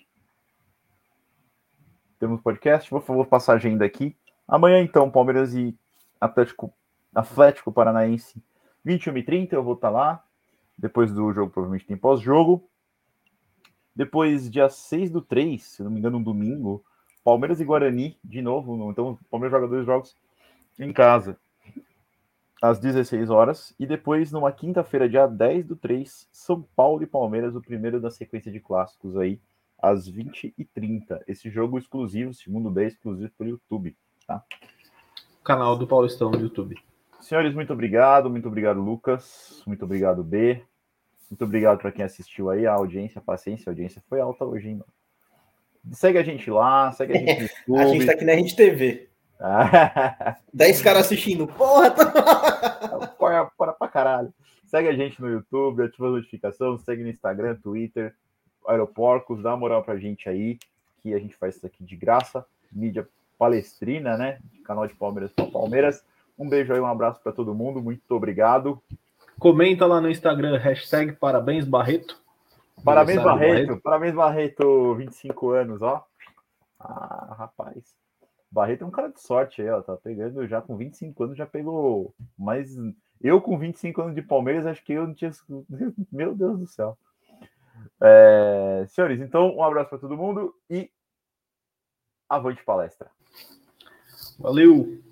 A: Temos um podcast. Vou, vou passar a agenda aqui. Amanhã, então, Palmeiras e Atlético, Atlético Paranaense, vinte e uma e trinta. Eu vou estar lá. Depois do jogo, provavelmente tem pós-jogo. Depois, dia seis do três, se não me engano, um domingo, Palmeiras e Guarani, de novo. Então, o Palmeiras joga dois jogos em casa, às dezesseis horas. E depois, numa quinta-feira, dia dez do três, São Paulo e Palmeiras, o primeiro da sequência de clássicos aí, às vinte e trinta. Esse jogo exclusivo, segundo B, exclusivo pelo YouTube, tá?
B: Canal do Paulistão no YouTube.
A: Senhores, muito obrigado. Muito obrigado, Lucas. Muito obrigado, B. Muito obrigado para quem assistiu aí, a audiência, a paciência. A audiência foi alta hoje, hein? Segue a gente lá, segue a gente no YouTube.
C: A gente tá aqui na Rede T V. dez caras assistindo. Porra!
A: Porra, porra pra caralho. Segue a gente no YouTube, ativa a notificação, segue no Instagram, Twitter, Aeroporcos, dá uma moral pra gente aí, que a gente faz isso aqui de graça. Mídia palestrina, né? Canal de Palmeiras para Palmeiras. Um beijo aí, um abraço para todo mundo. Muito obrigado.
B: Comenta lá no Instagram, hashtag parabéns Barreto.
A: Parabéns, Barreto. Barreto. Parabéns, Barreto, vinte e cinco anos, ó. Ah, rapaz. Barreto é um cara de sorte aí, ó. Tá pegando já com vinte e cinco anos, já pegou mais. Eu com vinte e cinco anos de Palmeiras, acho que eu não tinha. Meu Deus do céu. É... Senhores, então, um abraço para todo mundo e avante palestra.
B: Valeu!